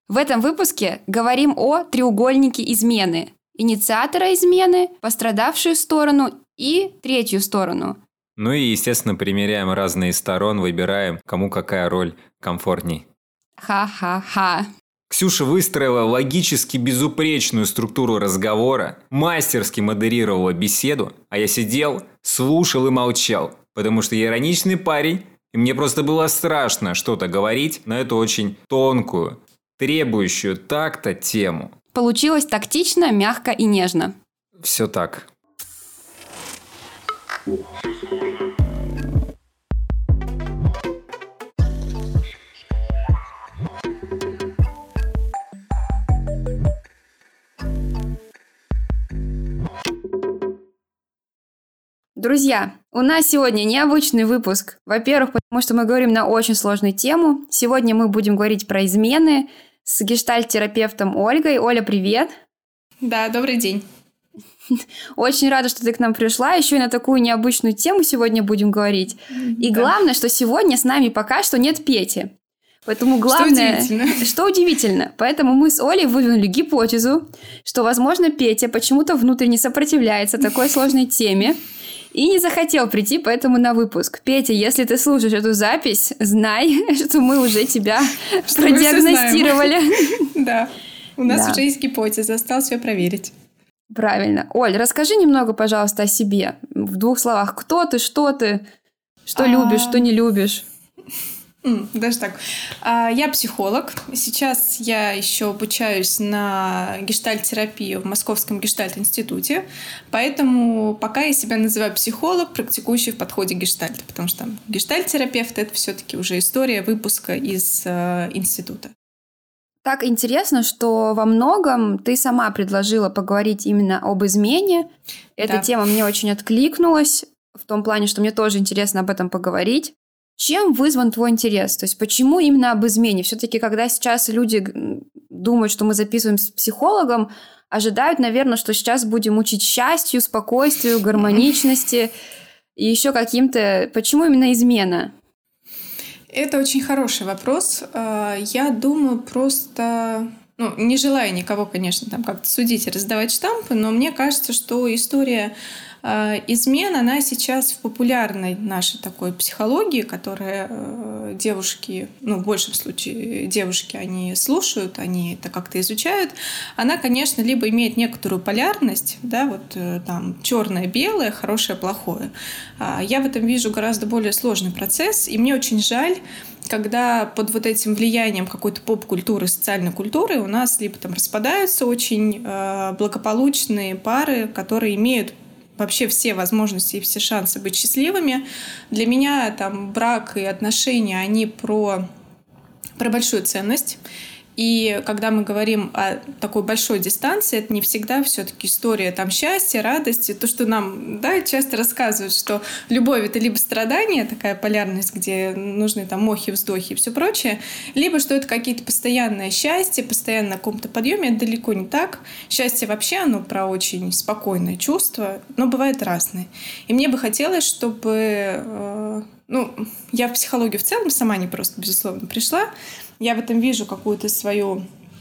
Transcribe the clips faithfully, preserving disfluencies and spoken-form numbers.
В этом выпуске говорим о треугольнике измены. Инициатора измены, пострадавшую сторону и третью сторону. Ну и, естественно, примеряем разные стороны, выбираем, кому какая роль комфортней. Ха-ха-ха. Ксюша выстроила логически безупречную структуру разговора, мастерски модерировала беседу, а я сидел, слушал и молчал, потому что я ироничный парень, и мне просто было страшно что-то говорить на эту очень тонкую, требующую такта тему. Получилось тактично, мягко и нежно. Все так. Друзья, у нас сегодня необычный выпуск. Во-первых, потому что мы говорим на очень сложную тему. Сегодня мы будем говорить про измены с гештальт-терапевтом Ольгой. Оля, привет! Да, добрый день. Очень рада, что ты к нам пришла. Еще и на такую необычную тему сегодня будем говорить. И да. Главное, что сегодня с нами пока что нет Пети. Поэтому главное... Что удивительно. Что удивительно. Поэтому мы с Олей выдвинули гипотезу, что, возможно, Петя почему-то внутренне сопротивляется такой сложной теме и не захотел прийти, поэтому на выпуск. Петя, если ты слушаешь эту запись, знай, что мы уже тебя что продиагностировали. Да, у нас да. уже есть гипотеза, осталось ее проверить. Правильно. Оль, расскажи немного, пожалуйста, о себе. В двух словах. Кто ты, что ты, что а... любишь, что не любишь. Даже так. Я психолог. Сейчас я еще обучаюсь на гештальт-терапию в Московском гештальт-институте. Поэтому пока я себя называю психолог, практикующий в подходе гештальта. Потому что там гештальт-терапевт — это все-таки уже история выпуска из э, института. Так интересно, что во многом ты сама предложила поговорить именно об измене. Эта да. тема мне очень откликнулась. В том плане, что мне тоже интересно об этом поговорить. Чем вызван твой интерес? То есть почему именно об измене? Все-таки, когда сейчас люди думают, что мы записываем с психологом, ожидают, наверное, что сейчас будем учить счастью, спокойствию, гармоничности и еще каким-то... Почему именно измена? Это очень хороший вопрос. Я думаю, просто... Ну, не желаю никого, конечно, там как-то судить и раздавать штампы, но мне кажется, что история э, измен, она сейчас в популярной нашей такой психологии, которая э, девушки, ну, в большем случае девушки, они слушают, они это как-то изучают, она, конечно, либо имеет некоторую полярность, да, вот э, там черное-белое, хорошее-плохое. А я в этом вижу гораздо более сложный процесс, и мне очень жаль, когда под вот этим влиянием какой-то поп-культуры, социальной культуры у нас либо там распадаются очень э, благополучные пары, которые имеют вообще все возможности и все шансы быть счастливыми. Для меня там брак и отношения, они про, про большую ценность. И когда мы говорим о такой большой дистанции, это не всегда все-таки история там счастья, радости. То, что нам, да, часто рассказывают, что любовь — это либо страдание, такая полярность, где нужны там охи, вздохи и все прочее, либо что это какие-то постоянное счастье, постоянно на каком-то подъеме. Это далеко не так. Счастье вообще, оно про очень спокойное чувство, но бывает разное. И мне бы хотелось, чтобы... Э, ну, я в психологию в целом сама не просто, безусловно, пришла. Я в этом вижу какую-то свою,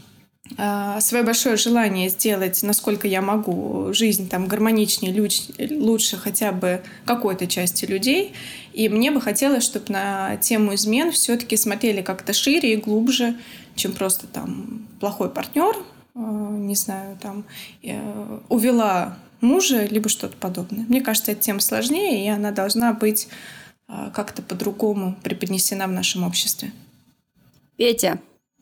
э, свое большое желание сделать, насколько я могу, жизнь там гармоничнее, лучше хотя бы какой-то части людей. И мне бы хотелось, чтобы на тему измен все-таки смотрели как-то шире и глубже, чем просто там плохой партнер, э, не знаю, там э, увела мужа, либо что-то подобное. Мне кажется, эта тема сложнее, и она должна быть э, как-то по-другому преподнесена в нашем обществе. Петя,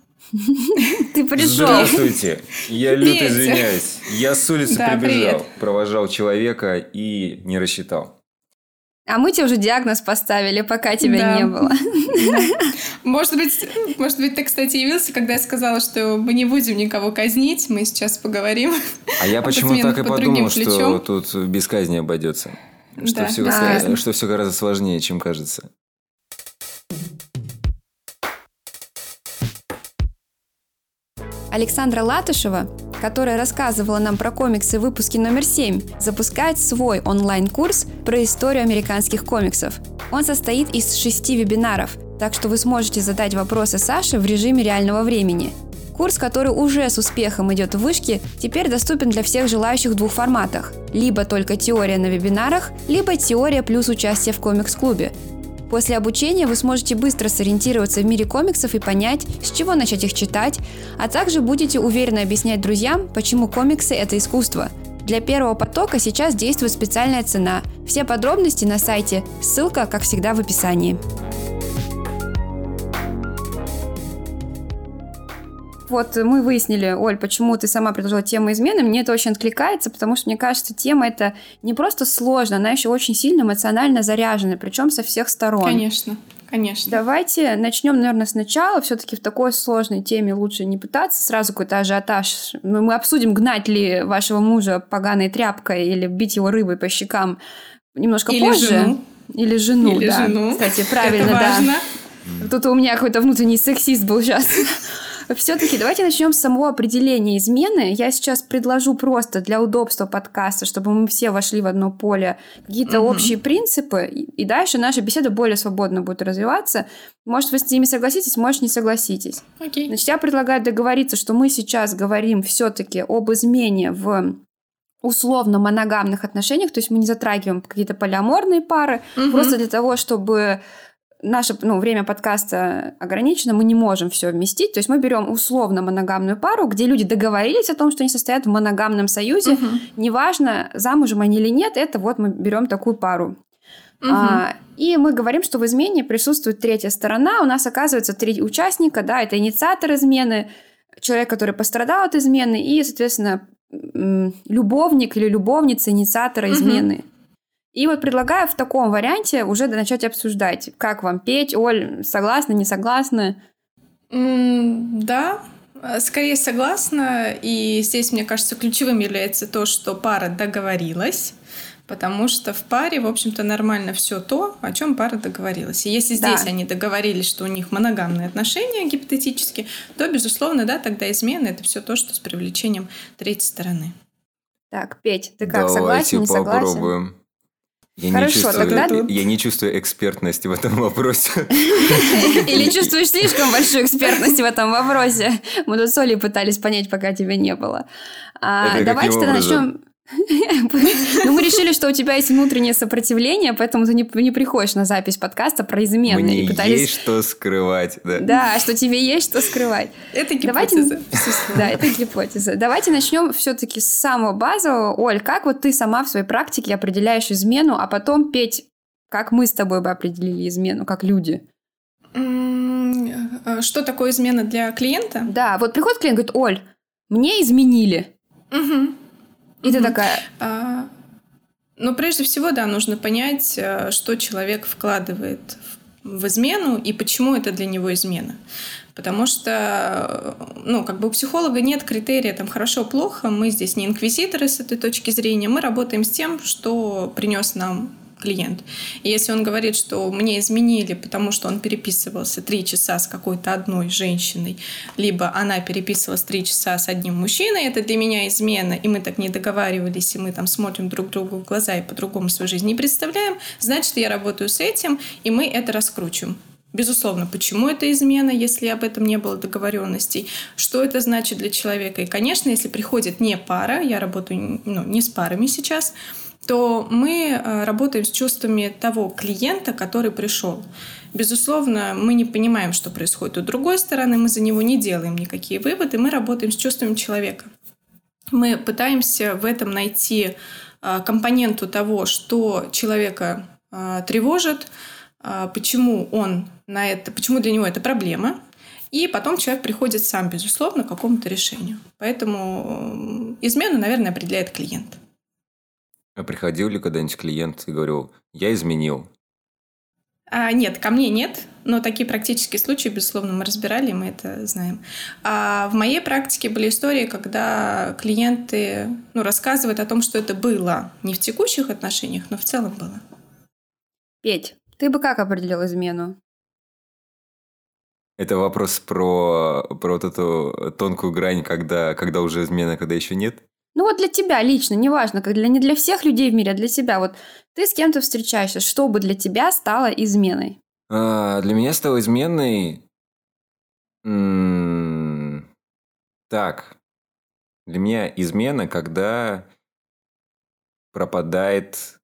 ты пришел. Здравствуйте. Я люто извиняюсь. Я с улицы да, прибежал, привет. провожал человека и не рассчитал. А мы тебе уже диагноз поставили, пока тебя да. не было. Может быть, может быть, ты, кстати, явился, когда я сказала, что мы не будем никого казнить, мы сейчас поговорим. А я почему так и подумал, что тут без казни обойдется. Что, да, все, да. что все гораздо сложнее, чем кажется. Александра Латышева, которая рассказывала нам про комиксы в выпуске номер семь, запускает свой онлайн-курс про историю американских комиксов. Он состоит из шести вебинаров, так что вы сможете задать вопросы Саше в режиме реального времени. Курс, который уже с успехом идет в вышке, теперь доступен для всех желающих в двух форматах. Либо только теория на вебинарах, либо теория плюс участие в комикс-клубе. После обучения вы сможете быстро сориентироваться в мире комиксов и понять, с чего начать их читать, а также будете уверенно объяснять друзьям, почему комиксы – это искусство. Для первого потока сейчас действует специальная цена. Все подробности на сайте, ссылка, как всегда, в описании. Вот мы выяснили, Оль, почему ты сама предложила тему измены. Мне это очень откликается, потому что, мне кажется, тема эта не просто сложная, она еще очень сильно эмоционально заряжена, причем со всех сторон. Конечно, конечно. Давайте начнем, наверное, сначала. Все-таки в такой сложной теме лучше не пытаться сразу какой-то ажиотаж. Мы обсудим, гнать ли вашего мужа поганой тряпкой или бить его рыбой по щекам немножко или позже. Жену. Или жену. Или да. жену. Кстати, правильно, это важно. Да. Тут у меня какой-то внутренний сексист был сейчас. Все-таки давайте начнем с самого определения измены. Я сейчас предложу просто для удобства подкаста, чтобы мы все вошли в одно поле, какие-то угу. общие принципы, и дальше наша беседа более свободно будет развиваться. Может, вы с ними согласитесь, может, не согласитесь. Окей. Значит, я предлагаю договориться, что мы сейчас говорим все-таки об измене в условно моногамных отношениях, то есть мы не затрагиваем какие-то полиаморные пары, угу. просто для того, чтобы... Наше ну, время подкаста ограничено, мы не можем все вместить. То есть мы берем условно моногамную пару, где люди договорились о том, что они состоят в моногамном союзе. Uh-huh. Неважно, замужем они или нет, это вот мы берем такую пару. Uh-huh. А, и мы говорим, что в измене присутствует третья сторона. У нас оказывается три участника. Да, это инициатор измены, человек, который пострадал от измены, и, соответственно, любовник или любовница инициатора uh-huh. измены. И вот предлагаю в таком варианте уже начать обсуждать. Как вам петь? Оль, согласна, не согласна? Mm, да, скорее согласна. И здесь, мне кажется, ключевым является то, что пара договорилась. Потому что в паре, в общем-то, нормально все то, о чем пара договорилась. И если здесь да. они договорились, что у них моногамные отношения гипотетически, то, безусловно, да, тогда измена — это все то, что с привлечением третьей стороны. Так, Петь, ты как, Давайте согласен, не согласен? Попробуем. Я Хорошо, не чувствую, тогда... Я не чувствую экспертности в этом вопросе. Или чувствуешь слишком большую экспертность в этом вопросе? Мы тут с Олей пытались понять, пока тебя не было. А, давайте тогда начнем... Ну, мы решили, что у тебя есть внутреннее сопротивление, поэтому ты не, не приходишь на запись подкаста про измены. Мне и пытались... есть что скрывать. Да. да, что тебе есть что скрывать. Это гипотеза. Давайте... Да, это гипотеза. Давайте начнем все-таки с самого базового. Оль, как вот ты сама в своей практике определяешь измену, а потом, Петь, как мы с тобой бы определили измену, как люди? Что такое измена для клиента? Да, вот приходит клиент и говорит: Оль, мне изменили. Угу. И ты такая... А, ну, прежде всего, да, нужно понять, что человек вкладывает в измену и почему это для него измена. Потому что, ну, как бы у психолога нет критерия там хорошо-плохо. Мы здесь не инквизиторы с этой точки зрения. Мы работаем с тем, что принес нам клиент. И если он говорит, что мне изменили, потому что он переписывался три часа с какой-то одной женщиной, либо она переписывалась три часа с одним мужчиной, это для меня измена, и мы так не договаривались, и мы там смотрим друг другу в глаза и по-другому свою жизнь не представляем, значит, я работаю с этим, и мы это раскручиваем. Безусловно, почему это измена, если об этом не было договоренностей, что это значит для человека. И, конечно, если приходит не пара, я работаю ну, не с парами сейчас, то мы работаем с чувствами того клиента, который пришел. Безусловно, мы не понимаем, что происходит у другой стороны, мы за него не делаем никакие выводы, мы работаем с чувствами человека. Мы пытаемся в этом найти компоненту того, что человека тревожит, почему он на это, почему для него это проблема, и потом человек приходит сам, безусловно, к какому-то решению. Поэтому измену, наверное, определяет клиент. А приходил ли когда-нибудь клиент и говорил: я изменил? А, нет, ко мне нет, но такие практические случаи, безусловно, мы разбирали, мы это знаем. А в моей практике были истории, когда клиенты ну, рассказывают о том, что это было не в текущих отношениях, но в целом было. Петь, ты бы как определил измену? Это вопрос про, про вот эту тонкую грань, когда, когда уже измена, когда еще нет? Ну вот для тебя лично, неважно, как для, не для всех людей в мире, а для тебя. Вот ты с кем-то встречаешься, что бы для тебя стало изменой? А, для меня стало изменой... М- Так, для меня измена, когда пропадает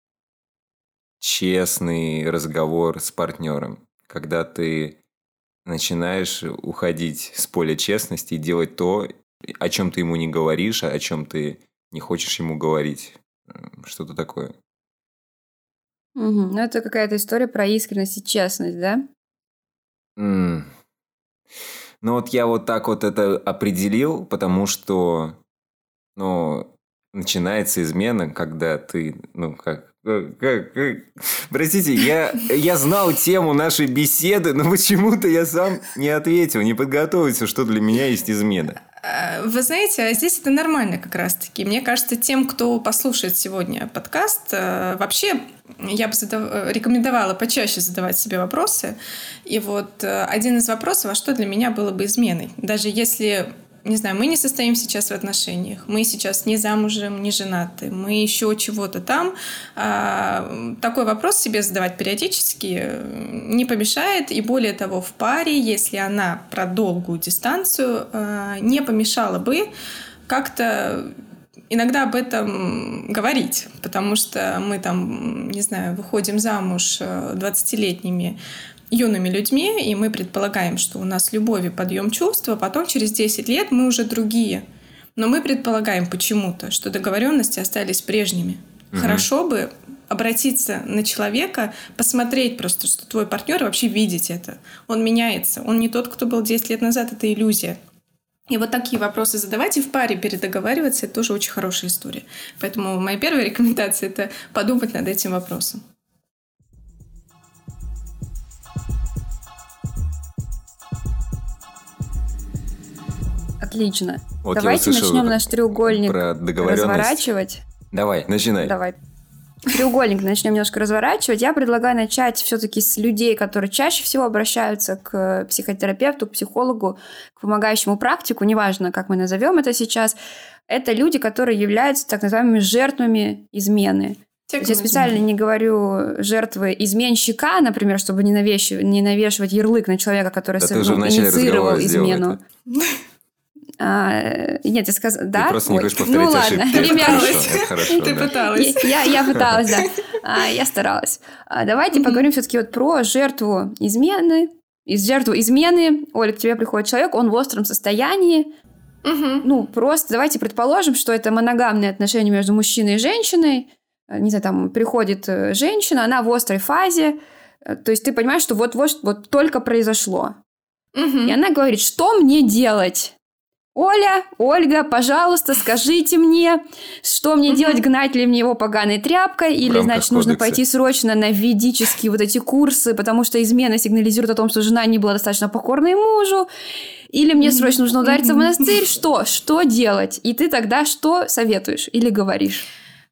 честный разговор с партнером, когда ты начинаешь уходить с поля честности и делать то, о чем ты ему не говоришь, а о чем ты не хочешь ему говорить. Что-то такое. Угу. Ну, это какая-то история про искренность и честность, да? Mm. Ну, вот я вот так вот это определил, потому что, ну, начинается измена, когда ты, ну, как... как, как... Простите, я, я знал тему нашей беседы, но почему-то я сам не ответил, не подготовился, что для меня есть измена. Вы знаете, а здесь это нормально как раз-таки. Мне кажется, тем, кто послушает сегодня подкаст, вообще я бы задав... рекомендовала почаще задавать себе вопросы. И вот один из вопросов, а что для меня было бы изменой? Даже если... Не знаю, мы не состоим сейчас в отношениях, мы сейчас не замужем, не женаты, мы еще чего-то там. А, такой вопрос себе задавать периодически не помешает. И более того, в паре, если она про долгую дистанцию, а, не помешало бы как-то иногда об этом говорить. Потому что мы там, не знаю, выходим замуж двадцатилетними юными людьми, и мы предполагаем, что у нас любовь и подъем чувства, потом через десять лет мы уже другие. Но мы предполагаем почему-то, что договоренности остались прежними. Угу. Хорошо бы обратиться на человека, посмотреть просто, что твой партнер, вообще видеть это. Он меняется. Он не тот, кто был десять лет назад, это иллюзия. И вот такие вопросы задавать и в паре передоговариваться, это тоже очень хорошая история. Поэтому моя первая рекомендация – это подумать над этим вопросом. Отлично. Вот давайте начнем наш треугольник разворачивать. Давай, начинай. Давай. Треугольник начнем немножко разворачивать. Я предлагаю начать все-таки с людей, которые чаще всего обращаются к психотерапевту, к психологу, к помогающему практику, неважно, как мы назовем это сейчас. Это люди, которые являются так называемыми жертвами измены. Я специально не говорю жертвы изменщика, например, чтобы не навешивать, не навешивать ярлык на человека, который да сам, ну, инициировал измену. А, нет, я сказала, да? Ты просто не хочешь повторить ну, ошибки. Ладно, ребята, это хорошо, ты да. пыталась. Я, я пыталась, да. А, я старалась. А, давайте mm-hmm. поговорим все-таки вот про жертву измены. Из жертву измены, Оля, к тебе приходит человек, он в остром состоянии. Mm-hmm. Ну, просто давайте предположим, что это моногамные отношения между мужчиной и женщиной. Не знаю, там приходит женщина, она в острой фазе. То есть ты понимаешь, что вот-вот вот только произошло. Mm-hmm. И она говорит, что мне делать? Оля, Ольга, пожалуйста, скажите мне, что мне mm-hmm. делать, гнать ли мне его поганой тряпкой, или, значит, нужно кодекса. Пойти срочно на ведические вот эти курсы, потому что измена сигнализирует о том, что жена не была достаточно покорной мужу, или мне mm-hmm. срочно нужно удариться mm-hmm. в монастырь, что? Что делать? И ты тогда что советуешь или говоришь?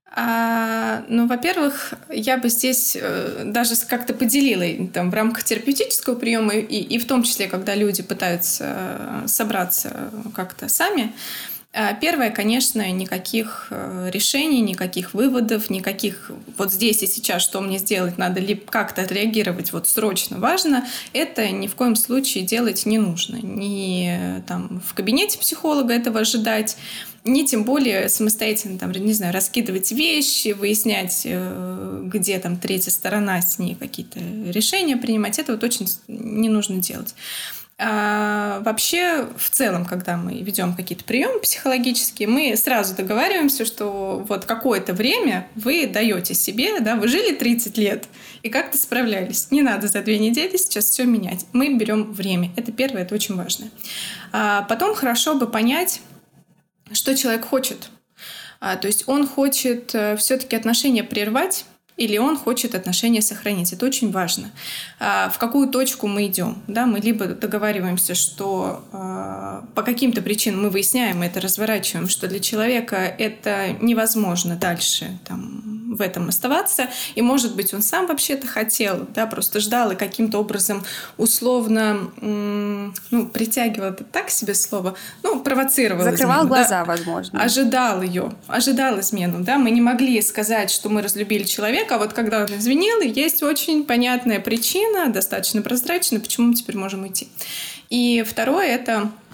А, ну, во-первых, я бы здесь э, даже как-то поделила там, в рамках терапевтического приема, и, и в том числе, когда люди пытаются э, собраться как-то сами. А, первое, конечно, никаких э, решений, никаких выводов, никаких вот здесь и сейчас, что мне сделать, надо ли как-то отреагировать вот срочно, важно, это ни в коем случае делать не нужно. Ни там, в кабинете психолога этого ожидать, не тем более самостоятельно, там, не знаю, раскидывать вещи, выяснять, где там третья сторона, с ней какие-то решения принимать. Это вот очень не нужно делать. А вообще, в целом, когда мы ведем какие-то приемы психологические, мы сразу договариваемся, что вот какое-то время вы даете себе, да, вы жили тридцать лет и как-то справлялись. Не надо за две недели сейчас все менять. Мы берем время. Это первое, это очень важно. А потом хорошо бы понять, что человек хочет. А, то есть он хочет все-таки отношения прервать или он хочет отношения сохранить. Это очень важно. А, в какую точку мы идем? Да, мы либо договариваемся, что а, по каким-то причинам мы выясняем это, разворачиваем, что для человека это невозможно дальше там, в этом оставаться. И, может быть, он сам вообще-то хотел, да, просто ждал и каким-то образом условно м- ну, притягивал, это так себе слово, ну, провоцировал Закрывал измену, глаза, да? возможно. Ожидал ее, ожидал измену. Да? Мы не могли сказать, что мы разлюбили человека, а вот когда он изменил, есть очень понятная причина, достаточно прозрачная, почему мы теперь можем уйти. И второе — это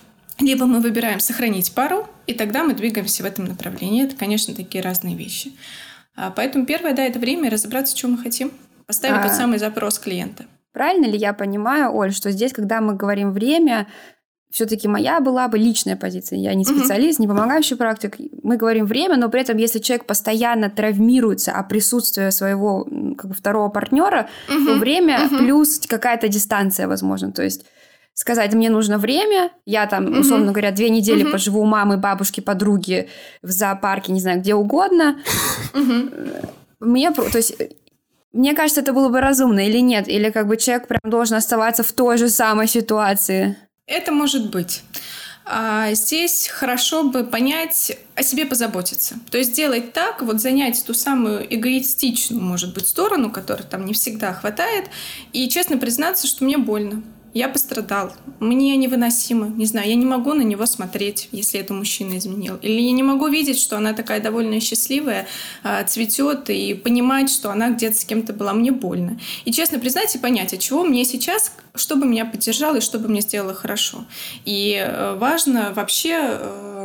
либо мы выбираем сохранить пару, и тогда мы двигаемся в этом направлении. Это, конечно, такие разные вещи. Поэтому первое, да, это время разобраться, что мы хотим. Поставить а... тот самый запрос клиента. Правильно ли я понимаю, Оль, что здесь, когда мы говорим «время», все-таки моя была бы личная позиция. Я не специалист, uh-huh. не помогающий практик. Мы говорим время, но при этом, если человек постоянно травмируется от присутствия своего как бы, второго партнера, uh-huh. то время uh-huh. плюс какая-то дистанция, возможно. То есть сказать, мне нужно время, я там, uh-huh. условно говоря, две недели uh-huh. поживу у мамы, бабушки, подруги в зоопарке, не знаю, где угодно. Uh-huh. Мне, то есть... Мне кажется, это было бы разумно или нет? Или как бы человек прям должен оставаться в той же самой ситуации? Это может быть. А здесь хорошо бы понять, о себе позаботиться. То есть сделать так, вот занять ту самую эгоистичную, может быть, сторону, которой там не всегда хватает, и честно признаться, что мне больно. Я пострадал, мне невыносимо, не знаю, я не могу на него смотреть, если это мужчина изменил. Или я не могу видеть, что она такая довольно счастливая, цветет, и понимать, что она где-то с кем-то была. Мне больно. И честно признать и понять, от чего мне сейчас, чтобы меня поддержало и чтобы мне сделало хорошо. И важно вообще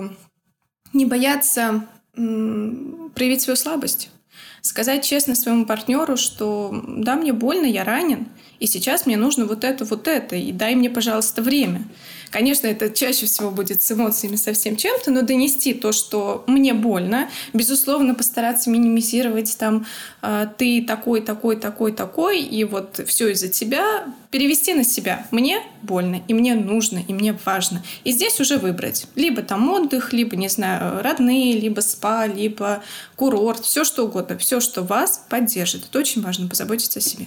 не бояться проявить свою слабость. Сказать честно своему партнеру, что да, мне больно, я ранен, и сейчас мне нужно вот это, вот это, и дай мне, пожалуйста, время. Конечно, это чаще всего будет с эмоциями совсем чем-то, но донести то, что мне больно, безусловно, постараться минимизировать там ты такой, такой, такой, такой, и вот все из-за тебя, перевести на себя. Мне больно, и мне нужно, и мне важно. И здесь уже выбрать. Либо там отдых, либо, не знаю, родные, либо спа, либо курорт, все что угодно, все, что вас поддержит. Это очень важно, позаботиться о себе.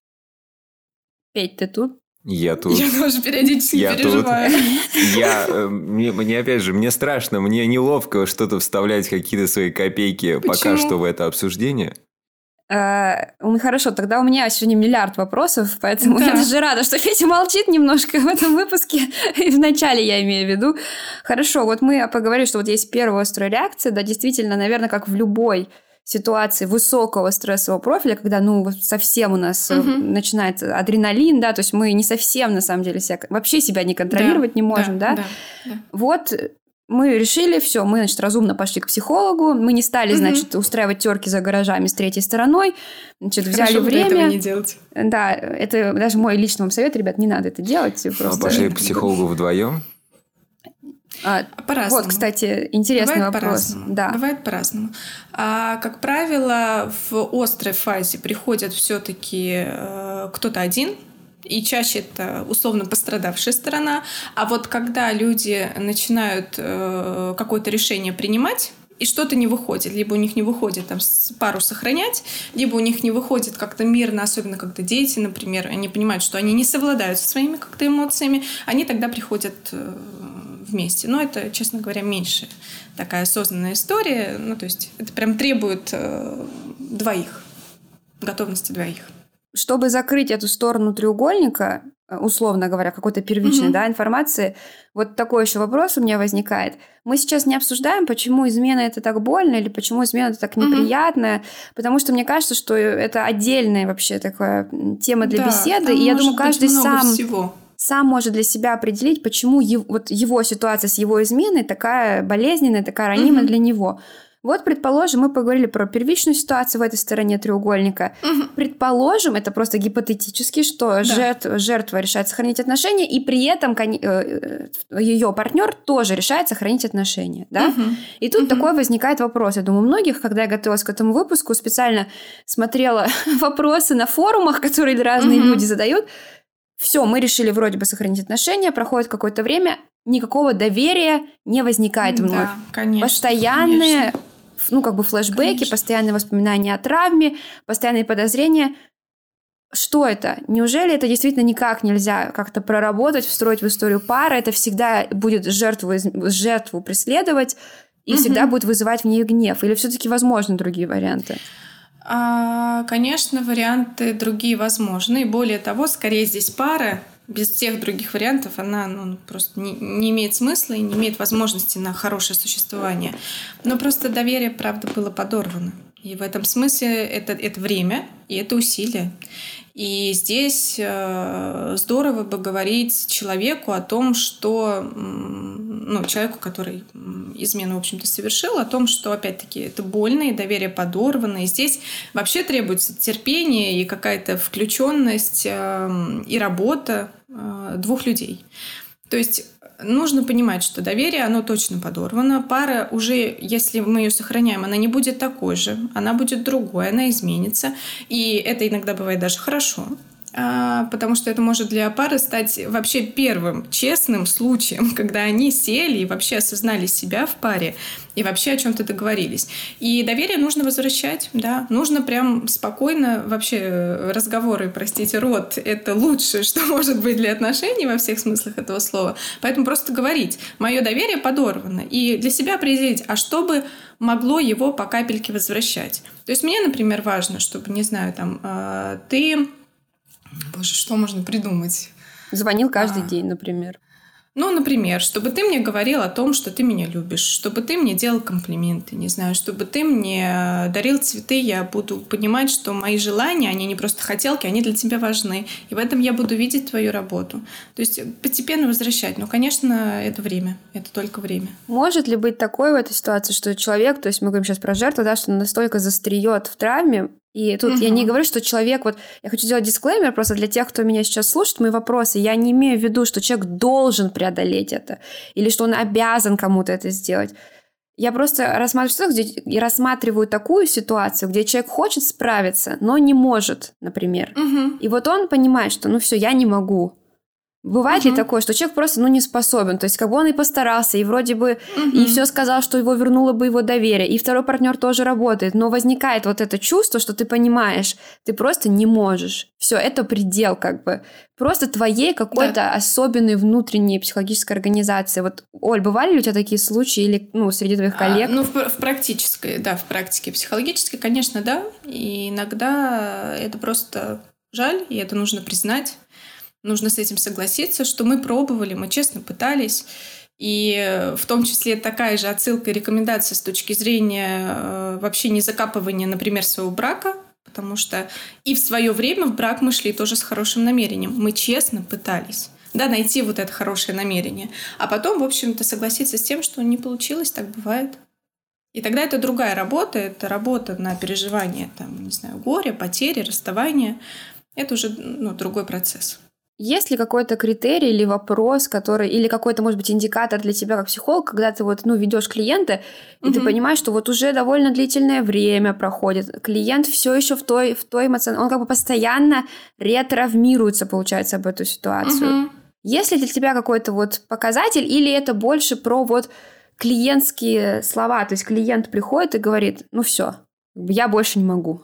Петь, ты тут? Я тут. Я тоже периодически я переживаю. Тут. Я, э, мне, мне, опять же, мне страшно, мне неловко что-то вставлять, какие-то свои копейки. Почему? Пока что в это обсуждение. А, ну, хорошо, тогда у меня сегодня миллиард вопросов, поэтому да. я даже рада, что Петя молчит немножко в этом выпуске. И вначале я имею в виду. Хорошо, вот мы поговорили, что вот есть первая острая реакция, да, действительно, наверное, как в любой ситуации высокого стрессового профиля, когда, ну, совсем у нас угу. начинается адреналин, да, то есть мы не совсем, на самом деле, себя, вообще себя не контролировать да, не можем, да, да? да, да. Вот мы решили, все, мы, значит, разумно пошли к психологу, мы не стали, угу. значит, устраивать терки за гаражами с третьей стороной, значит, взяли Хорошо, время. этого не делать. Да, это даже мой личный вам совет, ребят, не надо это делать. Просто... А пошли к психологу вдвоем? А, по-разному. Вот, кстати, интересный Бывает вопрос. По-разному. Да. Бывает по-разному. А, как правило, в острой фазе приходят все-таки э, кто-то один, и чаще это условно пострадавшая сторона. А вот когда люди начинают э, какое-то решение принимать, и что-то не выходит. Либо у них не выходит там, пару сохранять, либо у них не выходит как-то мирно, особенно когда дети, например, они понимают, что они не совладают со своими как-то эмоциями, они тогда приходят э, вместе. Но это, честно говоря, меньше такая осознанная история. Ну, то есть это прям требует э, двоих, готовности двоих. Чтобы закрыть эту сторону треугольника, условно говоря, какой-то первичной mm-hmm. да, информации, вот такой еще вопрос у меня возникает. Мы сейчас не обсуждаем, почему измена это так больно или почему измена это так неприятно, mm-hmm. потому что мне кажется, что это отдельная вообще такая тема для да, беседы, и я думаю, каждый сам, сам может для себя определить, почему его, вот его ситуация с его изменой такая болезненная, такая ранимая mm-hmm. для него. Вот, предположим, мы поговорили про первичную ситуацию в этой стороне треугольника. Угу. Предположим, это просто гипотетически, что да. жертва, жертва решает сохранить отношения, и при этом ее партнер тоже решает сохранить отношения. Да? Угу. И тут угу. такой возникает вопрос. Я думаю, у многих, когда я готовилась к этому выпуску, специально смотрела вопросы на форумах, которые разные угу. люди задают. Все, мы решили вроде бы сохранить отношения, проходит какое-то время, никакого доверия не возникает вновь. Да, конечно, постоянные, конечно. ну, как бы флешбеки, Конечно. постоянные воспоминания о травме, постоянные подозрения. Что это? Неужели это действительно никак нельзя как-то проработать, встроить в историю пары? Это всегда будет жертву, жертву преследовать и угу. всегда будет вызывать в ней гнев? Или все-таки возможны другие варианты? Конечно, варианты другие возможны. И более того, скорее здесь пара, без всех других вариантов, она ну, просто не, не имеет смысла и не имеет возможности на хорошее существование. Но просто доверие, правда, было подорвано. И в этом смысле это, это время, и это усилие. И здесь э, здорово бы говорить человеку о том, что... Ну, человеку, который измену, в общем-то, совершил, о том, что, опять-таки, это больно, и доверие подорвано. И здесь вообще требуется терпение и какая-то включенность э, и работа э, двух людей. То есть нужно понимать, что доверие, оно точно подорвано. Пара уже, если мы ее сохраняем, она не будет такой же, она будет другой, она изменится. И это иногда бывает даже хорошо, потому что это может для пары стать вообще первым честным случаем, когда они сели и вообще осознали себя в паре и вообще о чем-то договорились. И доверие нужно возвращать, да, нужно прям спокойно, вообще разговоры, простите, род — это лучшее, что может быть для отношений во всех смыслах этого слова. Поэтому просто говорить: мое доверие подорвано, и для себя определить, а что бы могло его по капельке возвращать. То есть мне, например, важно, чтобы, не знаю, там, э, ты... Боже, что можно придумать? Звонил каждый а... день, например. Ну, например, чтобы ты мне говорил о том, что ты меня любишь, чтобы ты мне делал комплименты, не знаю, чтобы ты мне дарил цветы, я буду понимать, что мои желания, они не просто хотелки, они для тебя важны. И в этом я буду видеть твою работу. То есть постепенно возвращать. Но, конечно, это время. Это только время. Может ли быть такое в этой ситуации, что человек, то есть мы говорим сейчас про жертву, да, что он настолько застреет в травме. И тут угу. я не говорю, что человек... Вот я хочу сделать дисклеймер просто для тех, кто меня сейчас слушает, мои вопросы. Я не имею в виду, что человек должен преодолеть это, или что он обязан кому-то это сделать. Я просто рассматриваю, где, рассматриваю такую ситуацию, где человек хочет справиться, но не может, например. Угу. И вот он понимает, что ну все, я не могу. Бывает uh-huh. ли такое, что человек просто ну, не способен? То есть, как бы он и постарался, и вроде бы uh-huh. и все сказал, что его вернуло бы его доверие, и второй партнер тоже работает, но возникает вот это чувство, что ты понимаешь, ты просто не можешь. Все, это предел, как бы. Просто твоей какой-то да. особенной внутренней психологической организации. Вот, Оль, бывали ли у тебя такие случаи или ну, среди твоих коллег? А, ну, в, в практической, да, в практике психологической, конечно, да. И иногда это просто жаль, и это нужно признать. Нужно с этим согласиться, что мы пробовали, мы честно пытались. И в том числе такая же отсылка и рекомендация с точки зрения вообще не закапывания, например, своего брака, потому что и в свое время в брак мы шли тоже с хорошим намерением. Мы честно пытались, да, найти вот это хорошее намерение. А потом, в общем-то, согласиться с тем, что не получилось, так бывает. И тогда это другая работа, это работа на переживание, там, не знаю, горя, потери, расставания. Это уже ну, другой процесс. Есть ли какой-то критерий или вопрос, который, или какой-то, может быть, индикатор для тебя как психолог, когда ты вот, ну, ведешь клиента, и mm-hmm. ты понимаешь, что вот уже довольно длительное время проходит, клиент все еще в той, в той эмоциональной, он как бы постоянно ретравмируется, получается, об эту ситуацию. Mm-hmm. Есть ли для тебя какой-то вот показатель, или это больше про вот клиентские слова, то есть клиент приходит и говорит, ну все, я больше не могу?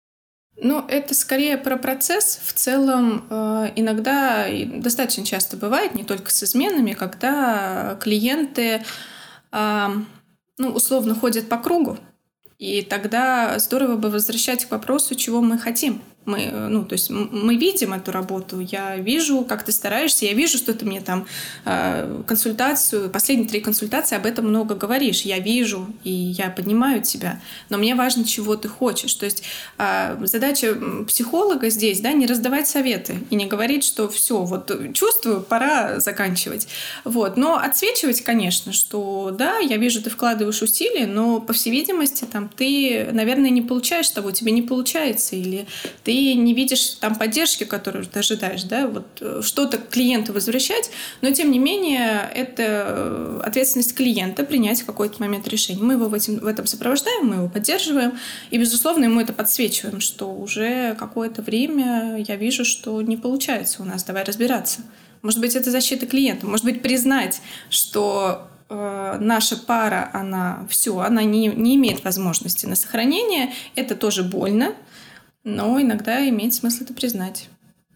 Ну, это скорее про процесс. В целом, э, иногда, достаточно часто бывает, не только с изменами, когда клиенты, э, ну, условно, ходят по кругу, и тогда здорово бы возвращать к вопросу, чего мы хотим. Мы, ну, то есть мы видим эту работу, я вижу, как ты стараешься, я вижу, что ты мне там э, консультацию, последние три консультации об этом много говоришь, я вижу, и я понимаю тебя, но мне важно, чего ты хочешь. То есть э, задача психолога здесь, да, не раздавать советы и не говорить, что все, вот чувствую, пора заканчивать. Вот. Но отсвечивать, конечно, что да, я вижу, ты вкладываешь усилия, но, по всей видимости, там, ты, наверное, не получаешь того, тебе не получается, или ты ты не видишь там поддержки, которую ты ожидаешь, да, вот что-то клиенту возвращать, но тем не менее это ответственность клиента принять в какой-то момент решение. Мы его в, этим, в этом сопровождаем, мы его поддерживаем, и, безусловно, ему это подсвечиваем, что уже какое-то время я вижу, что не получается у нас, давай разбираться. Может быть, это защита клиента, может быть, признать, что э, наша пара, она все, она не, не имеет возможности на сохранение, это тоже больно, но иногда имеет смысл это признать.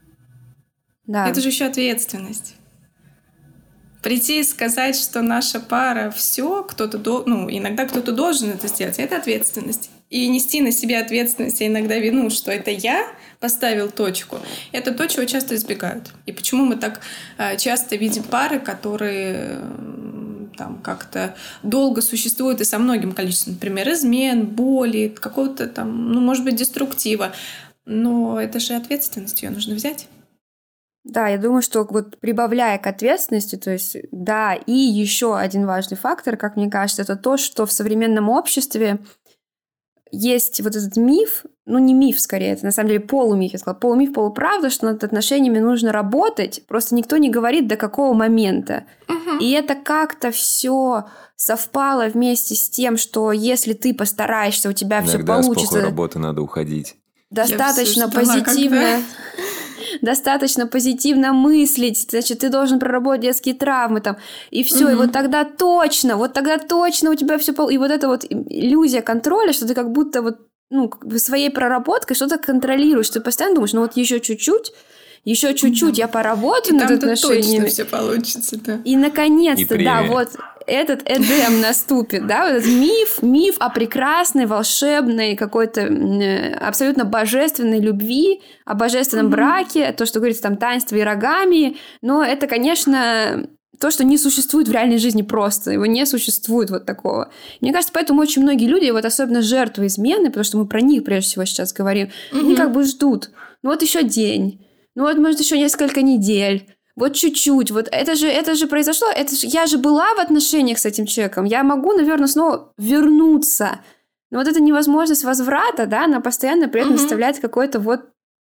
Да. Это же еще ответственность. Прийти и сказать, что наша пара все, кто-то до... ну, иногда кто-то должен это сделать, это ответственность. И нести на себе ответственность, а иногда вину, что это я поставил точку, это то, чего часто избегают. И почему мы так часто видим пары, которые там как-то долго существуют и со многим количеством, например, измен, боли, какого-то там, ну, может быть, деструктива. но это же ответственность, ее нужно взять. Да, я думаю, что вот прибавляя к ответственности, то есть, да, и еще один важный фактор, как мне кажется, это то, что в современном обществе есть вот этот миф, ну не миф скорее, это на самом деле полумиф, я сказала, полумиф, полуправда, что над отношениями нужно работать, просто никто не говорит, до какого момента. Угу. И это как-то все совпало вместе с тем, что если ты постараешься, у тебя все Иногда получится. с плохой работы надо уходить. Достаточно позитивно. Достаточно позитивно мыслить, значит, ты должен проработать детские травмы там, и все, угу. И вот тогда точно, вот тогда точно у тебя все получится. И вот эта вот иллюзия контроля, что ты как будто вот, ну, своей проработкой что-то контролируешь, ты постоянно думаешь, ну вот еще чуть-чуть, еще чуть-чуть угу. я поработаю и над отношениями. Точно все получится, да. И наконец-то, и да, вот этот Эдем наступит, да, вот этот миф, миф о прекрасной, волшебной, какой-то абсолютно божественной любви, о божественном mm-hmm. браке, то, что говорится там таинство иерогамии, но это, конечно, то, что не существует в реальной жизни просто, его не существует вот такого. Мне кажется, поэтому очень многие люди, вот особенно жертвы измены, потому что мы про них прежде всего сейчас говорим, mm-hmm. они как бы ждут, ну вот еще день, ну вот может еще несколько недель, вот чуть-чуть, вот это же, это же произошло, это же, я же была в отношениях с этим человеком, я могу, наверное, снова вернуться. Но вот эта невозможность возврата, да, она постоянно при этом mm-hmm. составляет какое-то вот,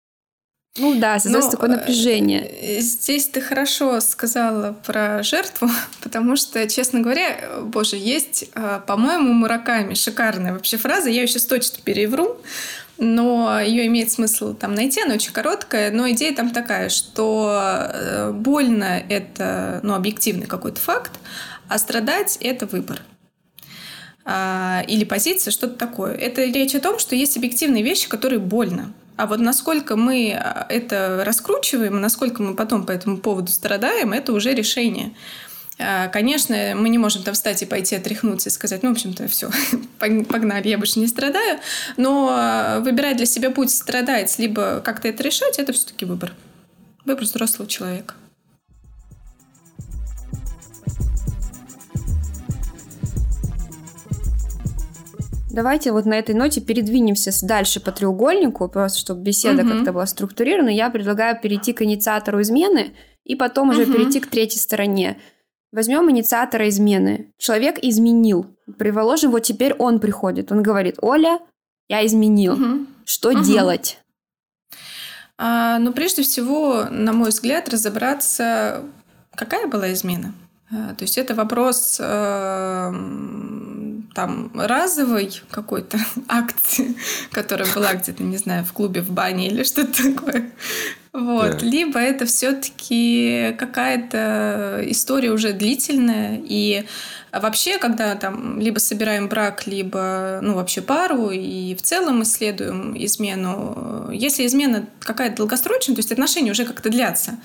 ну да, создается такое напряжение. Здесь ты хорошо сказала про жертву, потому что, честно говоря, боже, есть, по-моему, у Мураками шикарная вообще фраза, я ее сейчас точно перевру, но ее имеет смысл там найти, она очень короткая, но идея там такая, что больно — это, ну, объективный какой-то факт, а страдать — это выбор. Или позиция, что-то такое. Это речь о том, что есть объективные вещи, которые больно. А вот насколько мы это раскручиваем, насколько мы потом по этому поводу страдаем, это уже решение. Конечно, мы не можем там встать и пойти отряхнуться и сказать, ну, в общем-то, все, погнали, я больше не страдаю. Но выбирать для себя путь страдать, либо как-то это решать, это все-таки выбор. Выбор взрослого человека. Давайте вот на этой ноте передвинемся дальше по треугольнику, просто чтобы беседа угу. как-то была структурирована. Я предлагаю перейти к инициатору измены и потом уже угу. перейти к третьей стороне. Возьмем инициатора измены. Человек изменил. Предположим, вот теперь он приходит. Он говорит: Оля, я изменил. Угу. Что угу. делать? А, ну, прежде всего, на мой взгляд, разобраться, какая была измена. А, то есть это вопрос э, там разовой какой-то акции, которая была где-то, не знаю, в клубе, в бане или что-то такое. Вот. Yeah. Либо это все-таки какая-то история уже длительная. И вообще, когда там либо собираем брак, либо ну, вообще пару, и в целом исследуем измену, если измена какая-то долгосрочная, то есть отношения уже как-то длятся,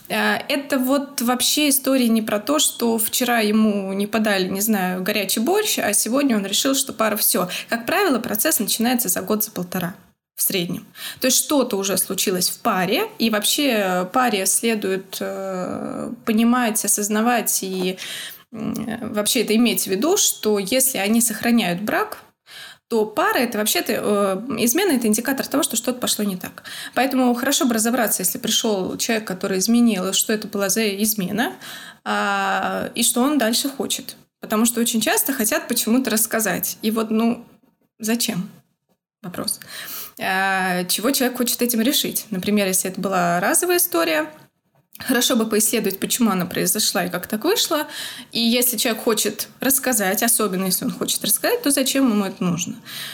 это вот вообще история не про то, что вчера ему не подали, не знаю, горячий борщ, а сегодня он решил, что пара все. Как правило, процесс начинается за год, за полтора. В среднем. То есть что-то уже случилось в паре, и вообще паре следует э, понимать, осознавать и э, вообще это иметь в виду, что если они сохраняют брак, то пара — это вообще-то э, измена — это индикатор того, что что-то пошло не так. Поэтому хорошо бы разобраться, если пришел человек, который изменил, что это была за измена, э, и что он дальше хочет. Потому что очень часто хотят почему-то рассказать. И вот, ну, зачем? Вопрос. Чего человек хочет этим решить. Например, если это была разовая история, хорошо бы поисследовать, почему она произошла и как так вышло. И если человек хочет рассказать, особенно если он хочет рассказать, то зачем ему это нужно?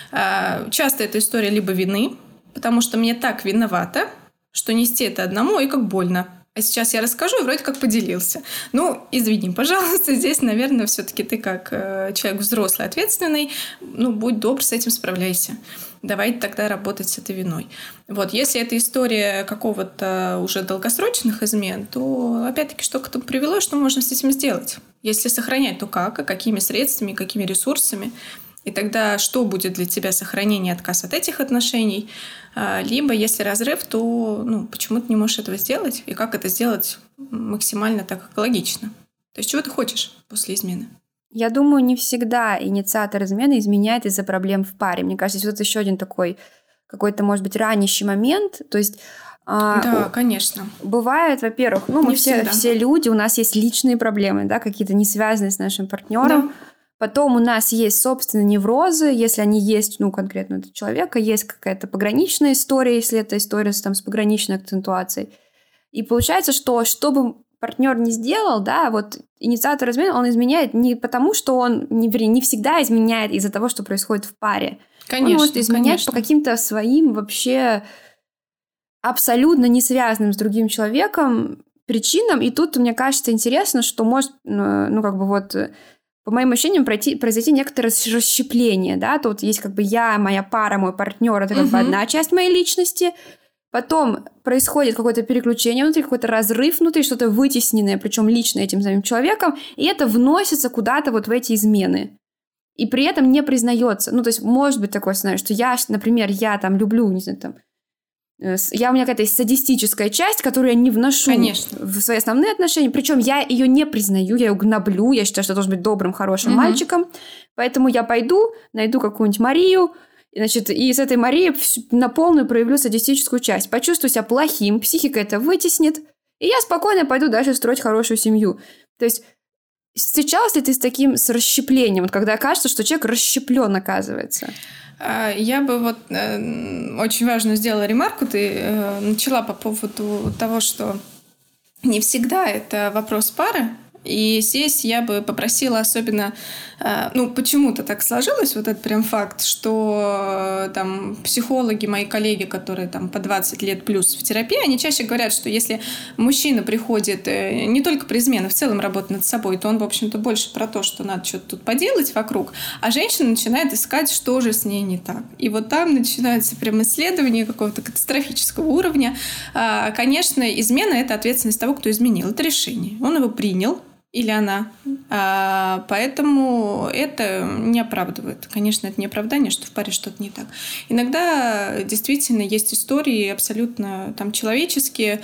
Часто это история либо вины, потому что мне так виновата, что нести это одному, и как больно. А сейчас я расскажу, и вроде как поделился. Ну, извини, пожалуйста, здесь, наверное, все-таки ты как человек взрослый, ответственный, ну, будь добр, с этим справляйся. Давайте тогда работать с этой виной. Вот, если это история какого-то уже долгосрочных измен, то, опять-таки, что к этому привело, что можно с этим сделать? Если сохранять, то как, и какими средствами, какими ресурсами? И тогда что будет для тебя сохранение, отказ от этих отношений? Либо, если разрыв, то ну, почему ты не можешь этого сделать? И как это сделать максимально так экологично? То есть чего ты хочешь после измены? Я думаю, не всегда инициатор измены изменяет из-за проблем в паре. Мне кажется, вот это еще один такой какой-то, может быть, ранящий момент. То есть да, конечно. Бывает, во-первых, ну, мы все, все люди, у нас есть личные проблемы, да, какие-то не связанные с нашим партнером. Да. Потом у нас есть, собственно, неврозы, если они есть, ну, конкретно у этого человека, есть какая-то пограничная история, если это история там, с пограничной акцентуацией. И получается, что что бы партнер не сделал, да, вот инициатор измены, он изменяет не потому, что он не, не всегда изменяет из-за того, что происходит в паре. Конечно, он может изменять конечно. по каким-то своим вообще абсолютно не связанным с другим человеком причинам. И тут, мне кажется, интересно, что может, ну, как бы вот, по моим ощущениям, пройти, произойти некоторое расщепление, да, тут есть как бы я, моя пара, мой партнер, это как угу. бы одна часть моей личности, потом происходит какое-то переключение внутри, какой-то разрыв внутри, что-то вытесненное, причем лично этим самим человеком, и это вносится куда-то вот в эти измены. И при этом не признается. Ну, то есть, может быть такое сценарий, что я, например, я там люблю, не знаю, там, я, у меня какая-то есть садистическая часть, которую я не вношу Конечно. в свои основные отношения. Причем я ее не признаю, я ее гноблю. Я считаю, что я должен быть добрым, хорошим угу. мальчиком. Поэтому я пойду, найду какую-нибудь Марию, и, значит, и с этой Марией на полную проявлю садистическую часть. Почувствую себя плохим, психика это вытеснит, и я спокойно пойду дальше строить хорошую семью. То есть встречалась ли ты с таким, с расщеплением, вот, когда кажется, что человек расщеплен, оказывается? Я бы вот э, очень важно сделала ремарку. Ты э, начала по поводу того, что не всегда это вопрос пары. И здесь я бы попросила особенно... Э, ну, почему-то так сложилось, вот этот прям факт, что э, там психологи, мои коллеги, которые там по двадцать лет плюс в терапии, они чаще говорят, что если мужчина приходит э, не только при измене, в целом работать над собой, то он, в общем-то, больше про то, что надо что-то тут поделать вокруг, а женщина начинает искать, что же с ней не так. И вот там начинается прям исследование какого-то катастрофического уровня. Э, конечно, измена — это ответственность того, кто изменил. Это решение. Он его принял, или она. А, поэтому это не оправдывает. Конечно, это не оправдание, что в паре что-то не так. Иногда действительно есть истории абсолютно там человеческие,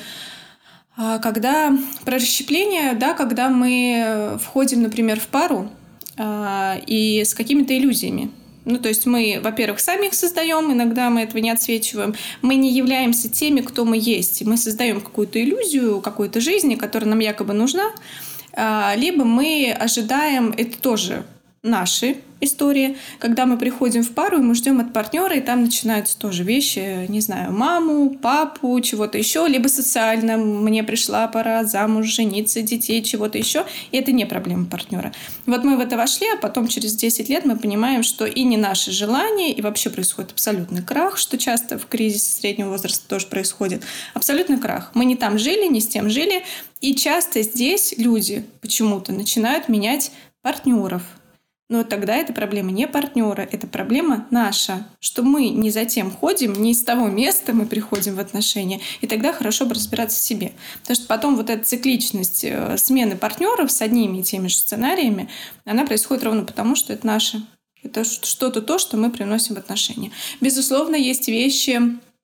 когда про расщепление, да, когда мы входим, например, в пару а, и с какими-то иллюзиями. Ну, то есть мы, во-первых, сами их создаем, иногда мы этого не отсвечиваем. Мы не являемся теми, кто мы есть. Мы создаем какую-то иллюзию какой-то жизни, которая нам якобы нужна. Либо мы ожидаем, это тоже наши истории, когда мы приходим в пару, и мы ждем от партнера, и там начинаются тоже вещи, не знаю, маму, папу, чего-то еще, либо социально, мне пришла пора замуж, жениться, детей, чего-то еще, и это не проблема партнера. Вот мы в это вошли, а потом через десять лет мы понимаем, что и не наши желания, и вообще происходит абсолютный крах, что часто в кризисе среднего возраста тоже происходит. Абсолютный крах. Мы не там жили, не с тем жили, и часто здесь люди почему-то начинают менять партнеров. Но тогда это проблема не партнера, это проблема наша, что мы не за тем ходим, не из того места мы приходим в отношения, и тогда хорошо бы разбираться в себе. Потому что потом вот эта цикличность смены партнеров с одними и теми же сценариями, она происходит ровно потому, что это наше. Это что-то то, что мы приносим в отношения. Безусловно, есть вещи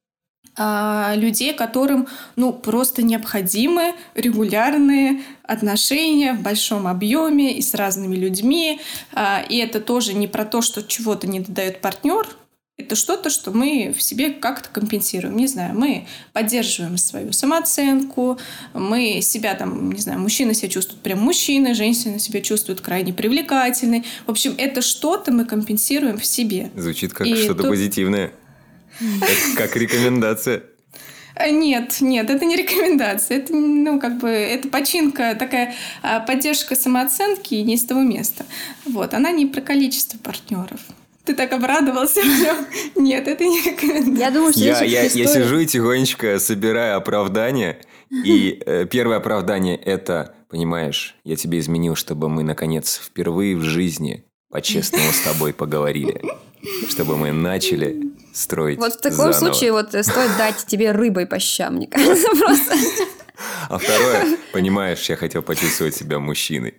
людей, которым ну, просто необходимы регулярные отношения в большом объеме и с разными людьми. И это тоже не про то, что чего-то не додает партнер. Это что-то, что мы в себе как-то компенсируем. Не знаю, мы поддерживаем свою самооценку, мы себя там, не знаю, мужчина себя чувствует прям мужчиной, женщина себя чувствует крайне привлекательной. В общем, это что-то мы компенсируем в себе. Звучит как и что-то тут... позитивное. Как, как рекомендация. Нет, нет, это не рекомендация. Это, ну, как бы, это починка, такая поддержка самооценки не из того места. Вот. Она не про количество партнеров. Ты так обрадовался. Нет, это не рекомендация. Я думаю, что я, я, я сижу и тихонечко собираю оправдания. И э, первое оправдание – это, понимаешь, я тебе изменил, чтобы мы, наконец, впервые в жизни по-честному с тобой поговорили. Чтобы мы начали строить Вот в таком заново. случае вот стоит дать тебе рыбой по щам, мне кажется, просто. А второе, понимаешь, я хотел почувствовать себя мужчиной.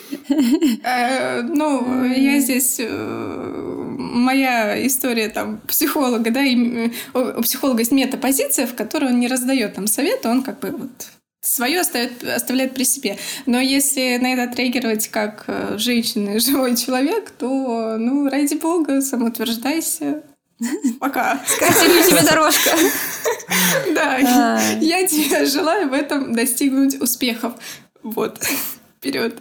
Ну, я здесь... Моя история там психолога, да, у психолога есть метапозиция, в которой он не раздает там советы, он как бы вот... Свое оставляет, оставляет при себе. Но если на это отреагировать как женщина и живой человек, то, ну, ради бога, самоутверждайся. Пока. Скатилась тебе дорожка. Да, я тебе желаю в этом достигнуть успехов. Вот, вперед.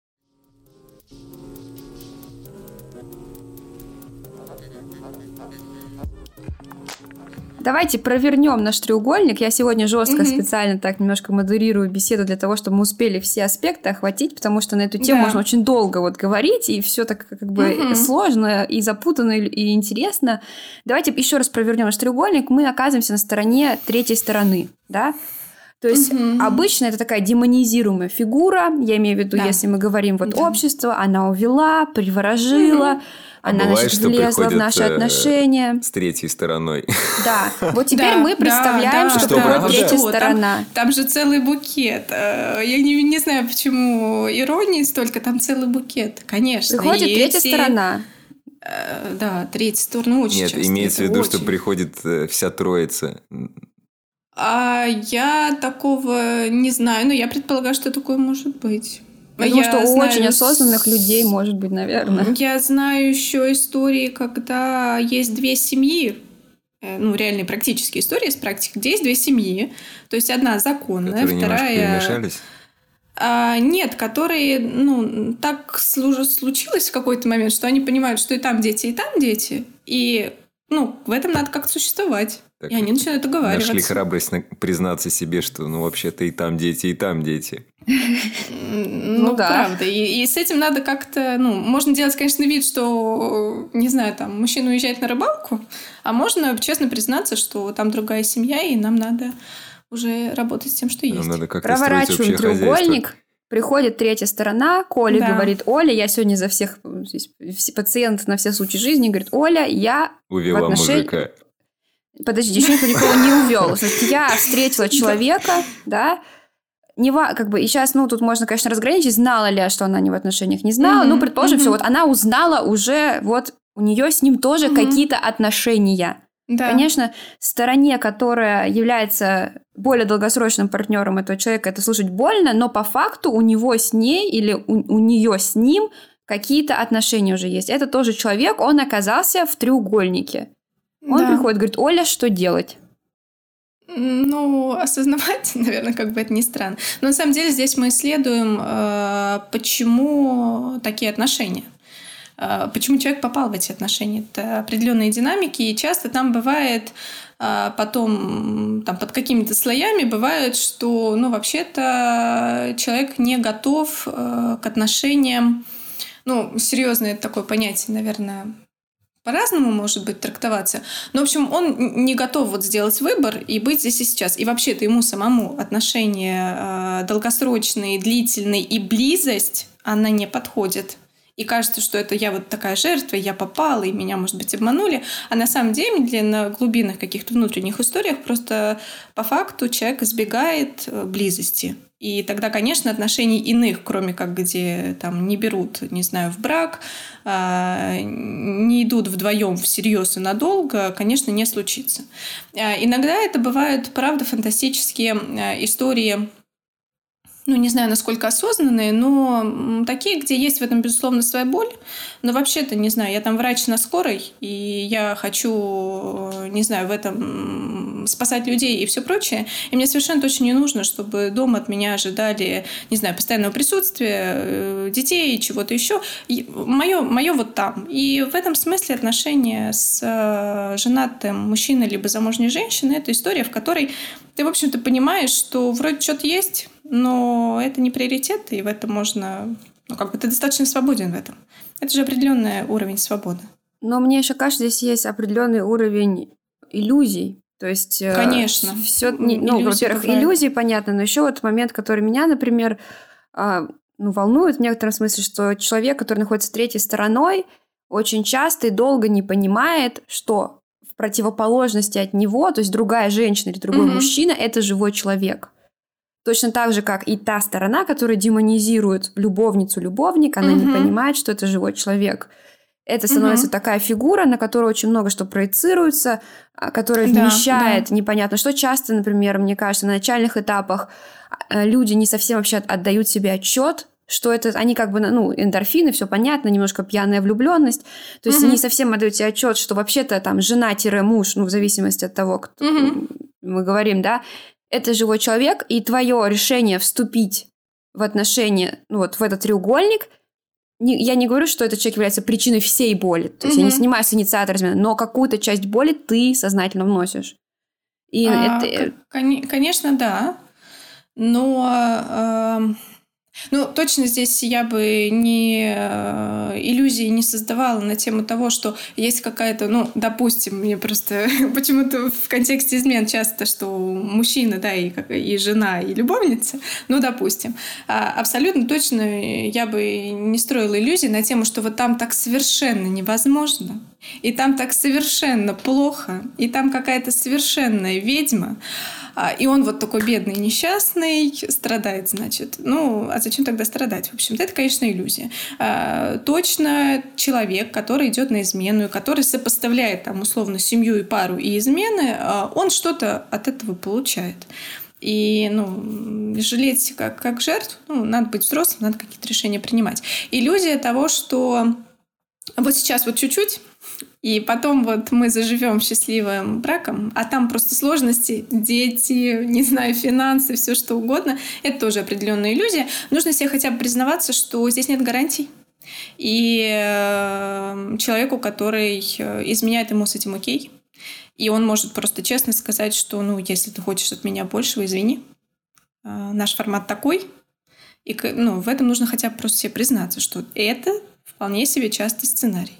Давайте провернем наш треугольник. Я сегодня жестко Мгм. специально так немножко модерирую беседу для того, чтобы мы успели все аспекты охватить, потому что на эту тему Да. можно очень долго вот говорить, и все так как бы Мгм. сложно и запутанно и и интересно. Давайте еще раз провернем наш треугольник. Мы оказываемся на стороне третьей стороны, да? То есть Мгм. обычно это такая демонизируемая фигура. Я имею в виду, Да. если мы говорим вот Да. общество, она увела, приворожила, Мгм. А она, бывает, значит, что влезла в приходят, наши э, отношения. С третьей стороной. Да, вот теперь Да, мы да, представляем, да, что Что, приходит правда? третья Что, там- сторона. Там же целый букет. Э, Я не, не знаю, почему иронии столько, там целый букет. Конечно. Приходит и третья эти- сторона. э, Да, третья сторона очень Нет, часто. имеется в это виду, что очень. приходит э, вся троица. А я такого не знаю, но я предполагаю, что такое может быть. Я думаю, что у знаю очень с- осознанных людей, может быть, наверное. Я знаю еще истории, когда есть две семьи, э, ну, реальные практические истории из практики, где есть две семьи. То есть одна законная, Которые немножко вторая... перемешались. А, нет, которые, ну, так слу- случилось в какой-то момент, что они понимают, что и там дети, и там дети. И, ну, в этом надо как-то существовать. Так, И они начинают договариваться. Нашли храбрость на- признаться себе, что, ну, вообще-то и там дети, и там дети. М, Ну, Ну да. правда. И, и с этим надо как-то... Ну, можно делать, конечно, вид, что, не знаю, там, мужчина уезжает на рыбалку, а можно честно признаться, что там другая семья, и нам надо уже работать с тем, что Нам есть. надо как-то строить Проворачиваем общее хозяйство. треугольник. Приходит третья сторона. Коля Да. говорит: Оля, я сегодня за всех здесь, все пациентов на все случаи жизни. Говорит: Оля, я Увела в отношении- мужика. Подожди, еще никто никого не увел. Значит, я встретила человека, да, не ва- как бы, и сейчас, ну, тут можно, конечно, разграничить, знала ли, что она не в отношениях, не знала. Мгм, Ну, предположим, мгм. все, вот она узнала уже, вот у нее с ним тоже Мгм. какие-то отношения. Да. Конечно, стороне, которая является более долгосрочным партнером этого человека, это слушать больно, но по факту у него с ней или у, у нее с ним какие-то отношения уже есть. Это тоже человек, он оказался в треугольнике. Он Да. приходит, говорит: Оля, что делать? Ну, осознавать, наверное, как бы это ни странно. Но на самом деле здесь мы исследуем, э, почему такие отношения. Э, Почему человек попал в эти отношения. Это определенные динамики, и часто там бывает э, потом там, под какими-то слоями бывает, что ну, вообще-то человек не готов э, к отношениям. Ну, серьезное это такое понятие, наверное, по-разному может быть трактоваться. Но, в общем, он н- не готов вот сделать выбор и быть здесь и сейчас. И вообще-то ему самому отношения э, долгосрочные, длительные и близость, она не подходит. И кажется, что это я вот такая жертва, я попала, и меня, может быть, обманули. А на самом деле на глубинных каких-то внутренних историях просто по факту человек избегает э, близости. И тогда, конечно, отношений иных, кроме как где там не берут, не знаю, в брак, а, не идут вдвоем всерьез и надолго, конечно, не случится. А, Иногда это бывают, правда, фантастические а, истории, ну, не знаю, насколько осознанные, но м, такие, где есть в этом, безусловно, своя боль. Но вообще-то, не знаю, я там врач на скорой, и я хочу, не знаю, в этом м, спасать людей и все прочее. И мне совершенно точно не нужно, чтобы дома от меня ожидали, не знаю, постоянного присутствия э, детей, чего-то еще. Мое, мое вот там. И в этом смысле отношения с э, женатым мужчиной либо замужней женщиной – это история, в которой ты, в общем-то, понимаешь, что вроде что-то есть, но это не приоритет, и в этом можно... Ну, как бы ты достаточно свободен в этом. Это же определенный уровень свободы. Но мне еще кажется, здесь есть определенный уровень иллюзий. То есть, э, Конечно. Все, ну, Иллюзии во-первых, бывают. иллюзии, понятно, но еще вот момент, который меня, например, а, ну, волнует в некотором смысле, что человек, который находится третьей стороной, очень часто и долго не понимает, что в противоположности от него, то есть другая женщина или другой Мгм. мужчина, это живой человек. Точно так же, как и та сторона, которая демонизирует любовницу-любовник, она не Мгм. понимает, что это живой человек. Это становится Мгм. такая фигура, на которую очень много что проецируется, а, которая Да, вмещает да. непонятно что. Часто, например, мне кажется, на начальных этапах а, люди не совсем вообще отдают себе отчет, что это они как бы, ну, эндорфины, все понятно, немножко пьяная влюбленность. То есть Мгм. не совсем отдают себе отчет, что вообще-то там жена-муж, ну, в зависимости от того, кто Мгм. мы говорим, да, это живой человек, и твое решение вступить в отношения, ну, вот в этот треугольник, не- я не говорю, что этот человек является причиной всей боли. То есть я не Мгм. снимаю с инициатора измены, но какую-то часть боли ты сознательно вносишь. И А, это... к- коне- конечно, да. Но, эм, ну, точно здесь я бы не э, иллюзий не создавала на тему того, что есть какая-то, ну, допустим, мне просто почему-то в контексте измен часто, что мужчина, да, и, как- и жена, и любовница, ну, допустим. А абсолютно точно я бы не строила иллюзий на тему, что вот там так совершенно невозможно, и там так совершенно плохо, и там какая-то совершенная ведьма, а, и он вот такой бедный, несчастный, страдает, значит. Ну, а зачем тогда страдать? В общем-то, это, конечно, иллюзия. А, точно человек, который идет на измену, который сопоставляет там условно семью и пару и измены, а, он что-то от этого получает. И, ну, жалеть как, как жертв, ну, надо быть взрослым, надо какие-то решения принимать. Иллюзия того, что вот сейчас вот чуть-чуть, и потом вот мы заживем счастливым браком, а там просто сложности, дети, не знаю, финансы, все что угодно. Это тоже определенная иллюзия. Нужно себе хотя бы признаваться, что здесь нет гарантий. И э, человеку, который изменяет, ему с этим окей. И он может просто честно сказать, что, ну, если ты хочешь от меня большего, извини. Э, наш формат такой. И, ну, в этом нужно хотя бы просто себе признаться, что это вполне себе частый сценарий.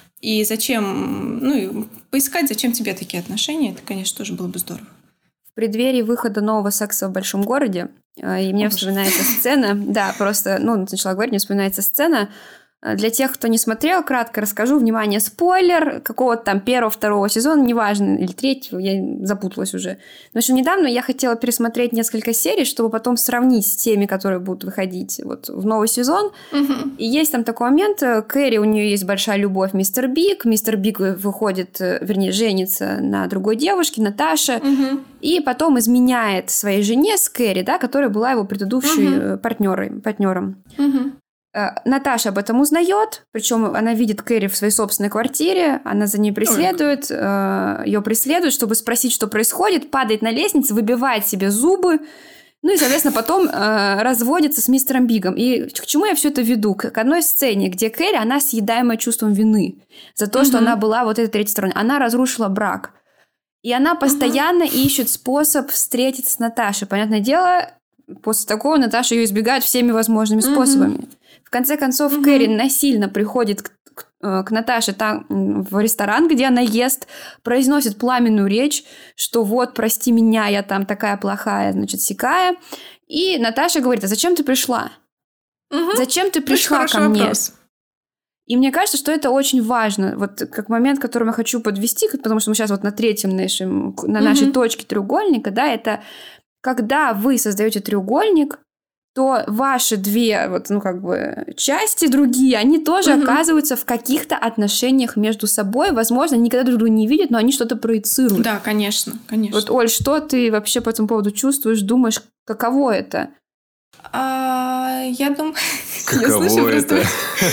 И зачем, ну, и поискать, зачем тебе такие отношения, это, конечно, тоже было бы здорово. В преддверии выхода нового «Секса в большом городе», э, и мне О, вспоминается сцена, да, просто, ну, начала говорить, мне вспоминается сцена. Для тех, кто не смотрел, кратко расскажу. Внимание, спойлер какого-то там первого, второго сезона, неважно, или третьего, я запуталась уже. Но что недавно я хотела пересмотреть несколько серий, чтобы потом сравнить с теми, которые будут выходить вот в новый сезон. Угу. И есть там такой момент, Кэрри, у нее есть большая любовь мистер Биг, мистер Биг выходит, вернее, женится на другой девушке, Наташе, Угу. и потом изменяет своей жене с Кэрри, да, которая была его предыдущей Угу. партнерой, партнером. Угу. Наташа об этом узнает, причем она видит Кэрри в своей собственной квартире, она за ней преследует, ее преследует, чтобы спросить, что происходит, падает на лестницу, выбивает себе зубы, ну и, соответственно, потом э, разводится с мистером Бигом. И к чему я все это веду? К одной сцене, где Кэрри, она съедаемая чувством вины за то, mm-hmm. что она была вот этой третьей стороной. Она разрушила брак. И она постоянно mm-hmm. ищет способ встретиться с Наташей. Понятное дело, после такого Наташа ее избегает всеми возможными mm-hmm. способами. В конце концов, mm-hmm. Кэрри насильно приходит к, к, к Наташе там, в ресторан, где она ест, произносит пламенную речь, что вот, прости меня, я там такая плохая, значит, сякая. И Наташа говорит, а зачем ты пришла? Mm-hmm. Зачем ты пришла ко мне? Вопрос. И мне кажется, что это очень важно. Вот как момент, который я хочу подвести, потому что мы сейчас вот на третьем нашем, на нашей mm-hmm. точке треугольника, да, это когда вы создаете треугольник, то ваши две вот, ну, как бы, части другие, они тоже mm-hmm. оказываются в каких-то отношениях между собой. Возможно, никогда друг друга не видят, но они что-то проецируют. Да, конечно, конечно. Вот, Оль, что ты вообще по этому поводу чувствуешь, думаешь, каково это? А, я думаю... Каково это?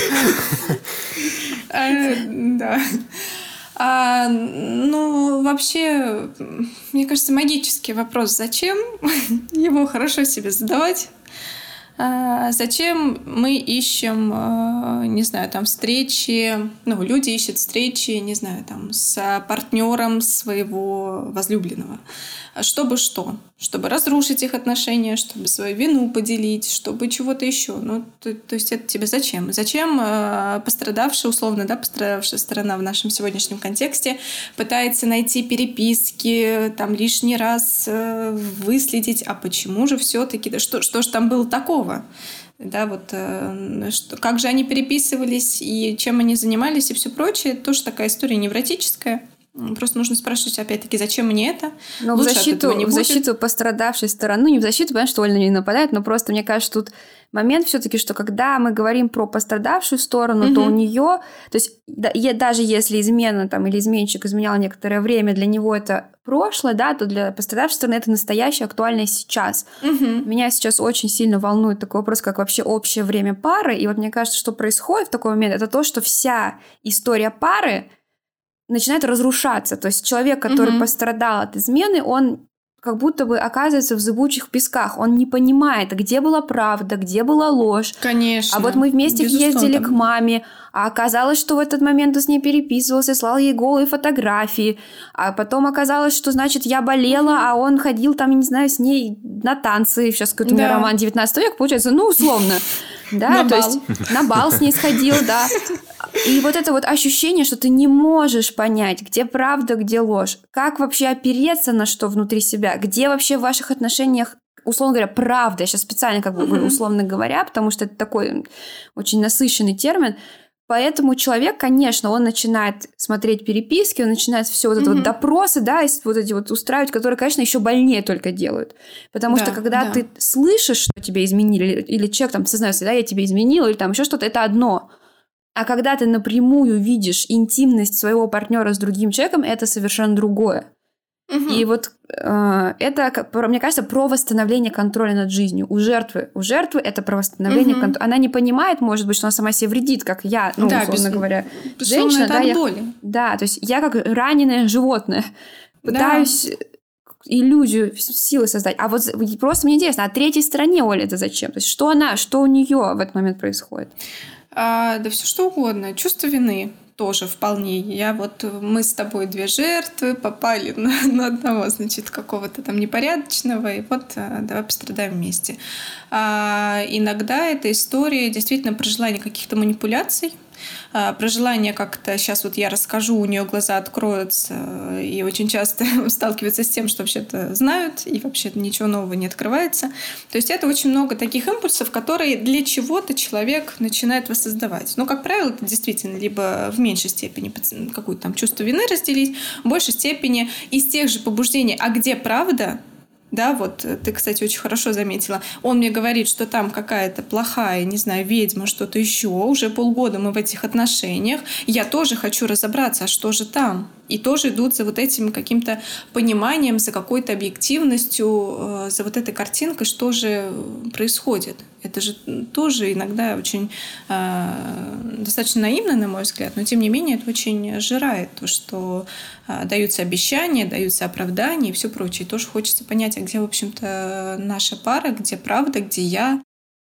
Да. А, ну, вообще, мне кажется, магический вопрос, зачем? Его хорошо себе задавать. А, зачем мы ищем, а, не знаю, там, встречи, ну, люди ищут встречи, не знаю, там, с партнером своего возлюбленного. Чтобы что? Чтобы разрушить их отношения, чтобы свою вину поделить, чтобы чего-то еще. Ну, то, то есть это тебе зачем? Зачем э, пострадавшая, условно, да, пострадавшая сторона в нашем сегодняшнем контексте пытается найти переписки, там лишний раз э, выследить, а почему же все-таки, да, что, что же там было такого? Да, вот э, что, как же они переписывались и чем они занимались и все прочее. Тоже такая история невротическая. Просто нужно спрашивать, опять-таки, зачем мне это? Но в защиту, в защиту пострадавшей стороны, ну, не в защиту, понятно, что Оля на нее нападает, но просто, мне кажется, тут момент все-таки, что когда мы говорим про пострадавшую сторону, угу. то у нее, то есть да, даже если измена там, или изменщик изменял некоторое время, для него это прошлое, да, то для пострадавшей стороны это настоящее, актуальное сейчас. Угу. Меня сейчас очень сильно волнует такой вопрос, как вообще общее время пары, и вот мне кажется, что происходит в такой момент, это то, что вся история пары начинает разрушаться. То есть человек, который угу. пострадал от измены, он как будто бы оказывается в зыбучих песках. Он не понимает, где была правда, где была ложь. Конечно. А вот мы вместе Безусловно. ездили к маме, а оказалось, что в этот момент он с ней переписывался, слал ей голые фотографии. А потом оказалось, что, значит, я болела, угу. а он ходил там, не знаю, с ней на танцы. Сейчас какой-то да. у меня роман девятнадцатого века, получается, ну, условно. Да, то есть на бал с ней сходил, да. И вот это вот ощущение, что ты не можешь понять, где правда, где ложь. Как вообще опереться на что внутри себя? Где вообще в ваших отношениях, условно говоря, правда? Я сейчас специально как бы uh-huh. условно говоря, потому что это такой очень насыщенный термин. Поэтому человек, конечно, он начинает смотреть переписки, он начинает все вот это uh-huh. вот допросы, да, и вот эти вот устраивать, которые, конечно, еще больнее только делают. Потому да, что когда да. ты слышишь, что тебе изменили, или человек там сознается, да, я тебе изменил, или там еще что-то, это одно. А когда ты напрямую видишь интимность своего партнера с другим человеком, это совершенно другое. Угу. И вот э, это, мне кажется, про восстановление контроля над жизнью. У жертвы, у жертвы это про восстановление угу. контроля. Она не понимает, может быть, что она сама себе вредит, как я, ну, да, условно без... говоря, женщина. Это да, от я, боли. Да, то есть я как раненое животное пытаюсь да. иллюзию силы создать. А вот просто мне интересно, а третьей стороне Оля это зачем? То есть что она, что у нее в этот момент происходит? А, да все что угодно. Чувство вины тоже вполне. Я вот, мы с тобой две жертвы, попали на, на одного, значит, какого-то там непорядочного, и вот а, давай пострадаем вместе. А, иногда эта история действительно про желание каких-то манипуляций, а, про желание как-то, сейчас вот я расскажу, у нее глаза откроются, и очень часто сталкиваются с тем, что вообще-то знают, и вообще-то ничего нового не открывается. То есть это очень много таких импульсов, которые для чего-то человек начинает воссоздавать. Но, как правило, это действительно либо в меньшей степени какое-то там чувство вины разделить, в большей степени из тех же побуждений, а где правда. Да, вот ты, кстати, очень хорошо заметила. Он мне говорит, что там какая-то плохая, не знаю, ведьма, что-то еще. Уже полгода мы в этих отношениях. Я тоже хочу разобраться, а что же там? И тоже идут за вот этим каким-то пониманием, за какой-то объективностью, за вот этой картинкой, что же происходит. Это же тоже иногда очень э, достаточно наивно, на мой взгляд, но тем не менее это очень жирает то, что э, даются обещания, даются оправдания и все прочее. И тоже хочется понять, а где, в общем-то, наша пара, где правда, где я.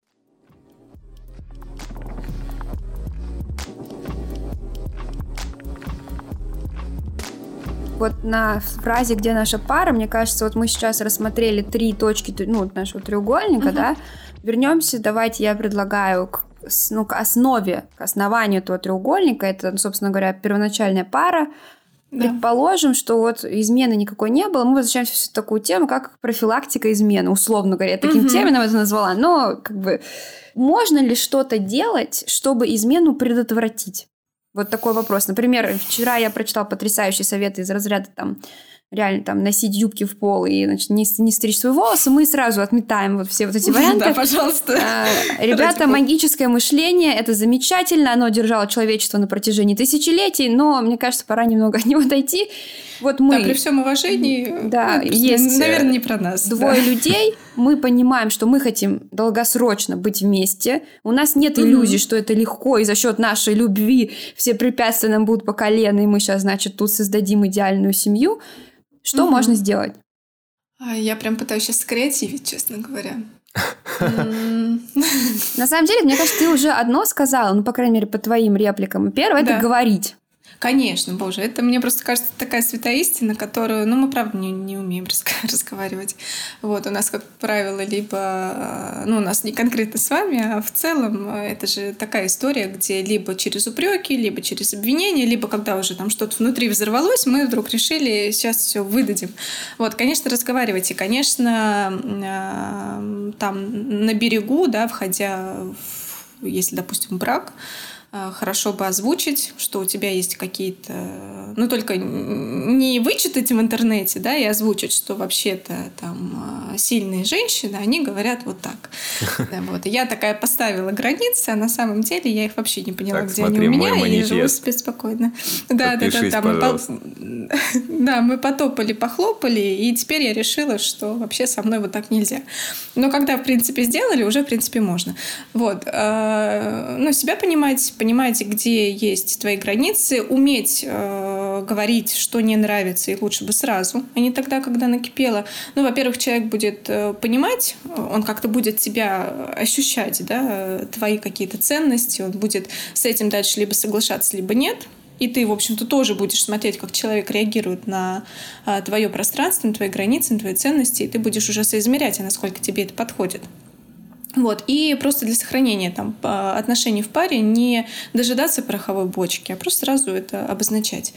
Вот на фразе «где наша пара», мне кажется, вот мы сейчас рассмотрели три точки, ну, нашего треугольника, uh-huh. да. Вернемся, давайте я предлагаю к, ну, к основе, к основанию этого треугольника. Это, собственно говоря, первоначальная пара. Да. Предположим, что вот измены никакой не было. Мы возвращаемся в такую тему, как профилактика измены, условно говоря. Я таким uh-huh. термином это назвала. Но как бы можно ли что-то делать, чтобы измену предотвратить? Вот такой вопрос. Например, вчера я прочитала потрясающие советы из разряда там реально там носить юбки в пол и, значит, не, не стричь свои волосы. Мы сразу отметаем вот все вот эти варианты. Да, пожалуйста. А, ребята, магическое мышление – это замечательно. Оно держало человечество на протяжении тысячелетий, но, мне кажется, пора немного от него отойти. Вот мы... Да, при всем уважении, да, ну, есть, наверное, не про нас. Двое да. людей, мы понимаем, что мы хотим долгосрочно быть вместе. У нас нет иллюзий, mm-hmm. что это легко, и за счет нашей любви все препятствия нам будут по колено, и мы сейчас, значит, тут создадим идеальную семью. Что mm-hmm. можно сделать? Я прям пытаюсь сейчас скреативить, честно говоря. На самом деле, мне кажется, ты уже одно сказала, ну, по крайней мере, по твоим репликам. Первое – это говорить. Конечно, боже, это мне просто кажется такая святая истина, которую, ну, мы правда не, не умеем разговаривать. Вот, у нас, как правило, либо, ну, у нас не конкретно с вами, а в целом это же такая история, где либо через упреки, либо через обвинения, либо когда уже там что-то внутри взорвалось, мы вдруг решили, сейчас все выдадим. Вот, конечно, разговаривайте, конечно, там на берегу, да, входя в, если, допустим, брак, хорошо бы озвучить, что у тебя есть какие-то... Ну, только не вычитать в интернете, да, и озвучить, что вообще-то там сильные женщины, они говорят вот так. Вот. Я такая поставила границы, а на самом деле я их вообще не поняла, где они у меня, и живу себе спокойно. Да, да, да, да. Да, мы потопали, похлопали, и теперь я решила, что вообще со мной вот так нельзя. Но когда, в принципе, сделали, уже, в принципе, можно. Вот. Ну, себя понимать, понимать, где есть твои границы, уметь говорить, что не нравится, и лучше бы сразу, а не тогда, когда накипело. Ну, во-первых, человек будет понимать, он как-то будет тебя ощущать, да, твои какие-то ценности, он будет с этим дальше либо соглашаться, либо нет. И ты, в общем-то, тоже будешь смотреть, как человек реагирует на а, твое пространство, на твои границы, на твои ценности, и ты будешь уже соизмерять, а насколько тебе это подходит. Вот. И просто для сохранения там, отношений в паре не дожидаться пороховой бочки, а просто сразу это обозначать.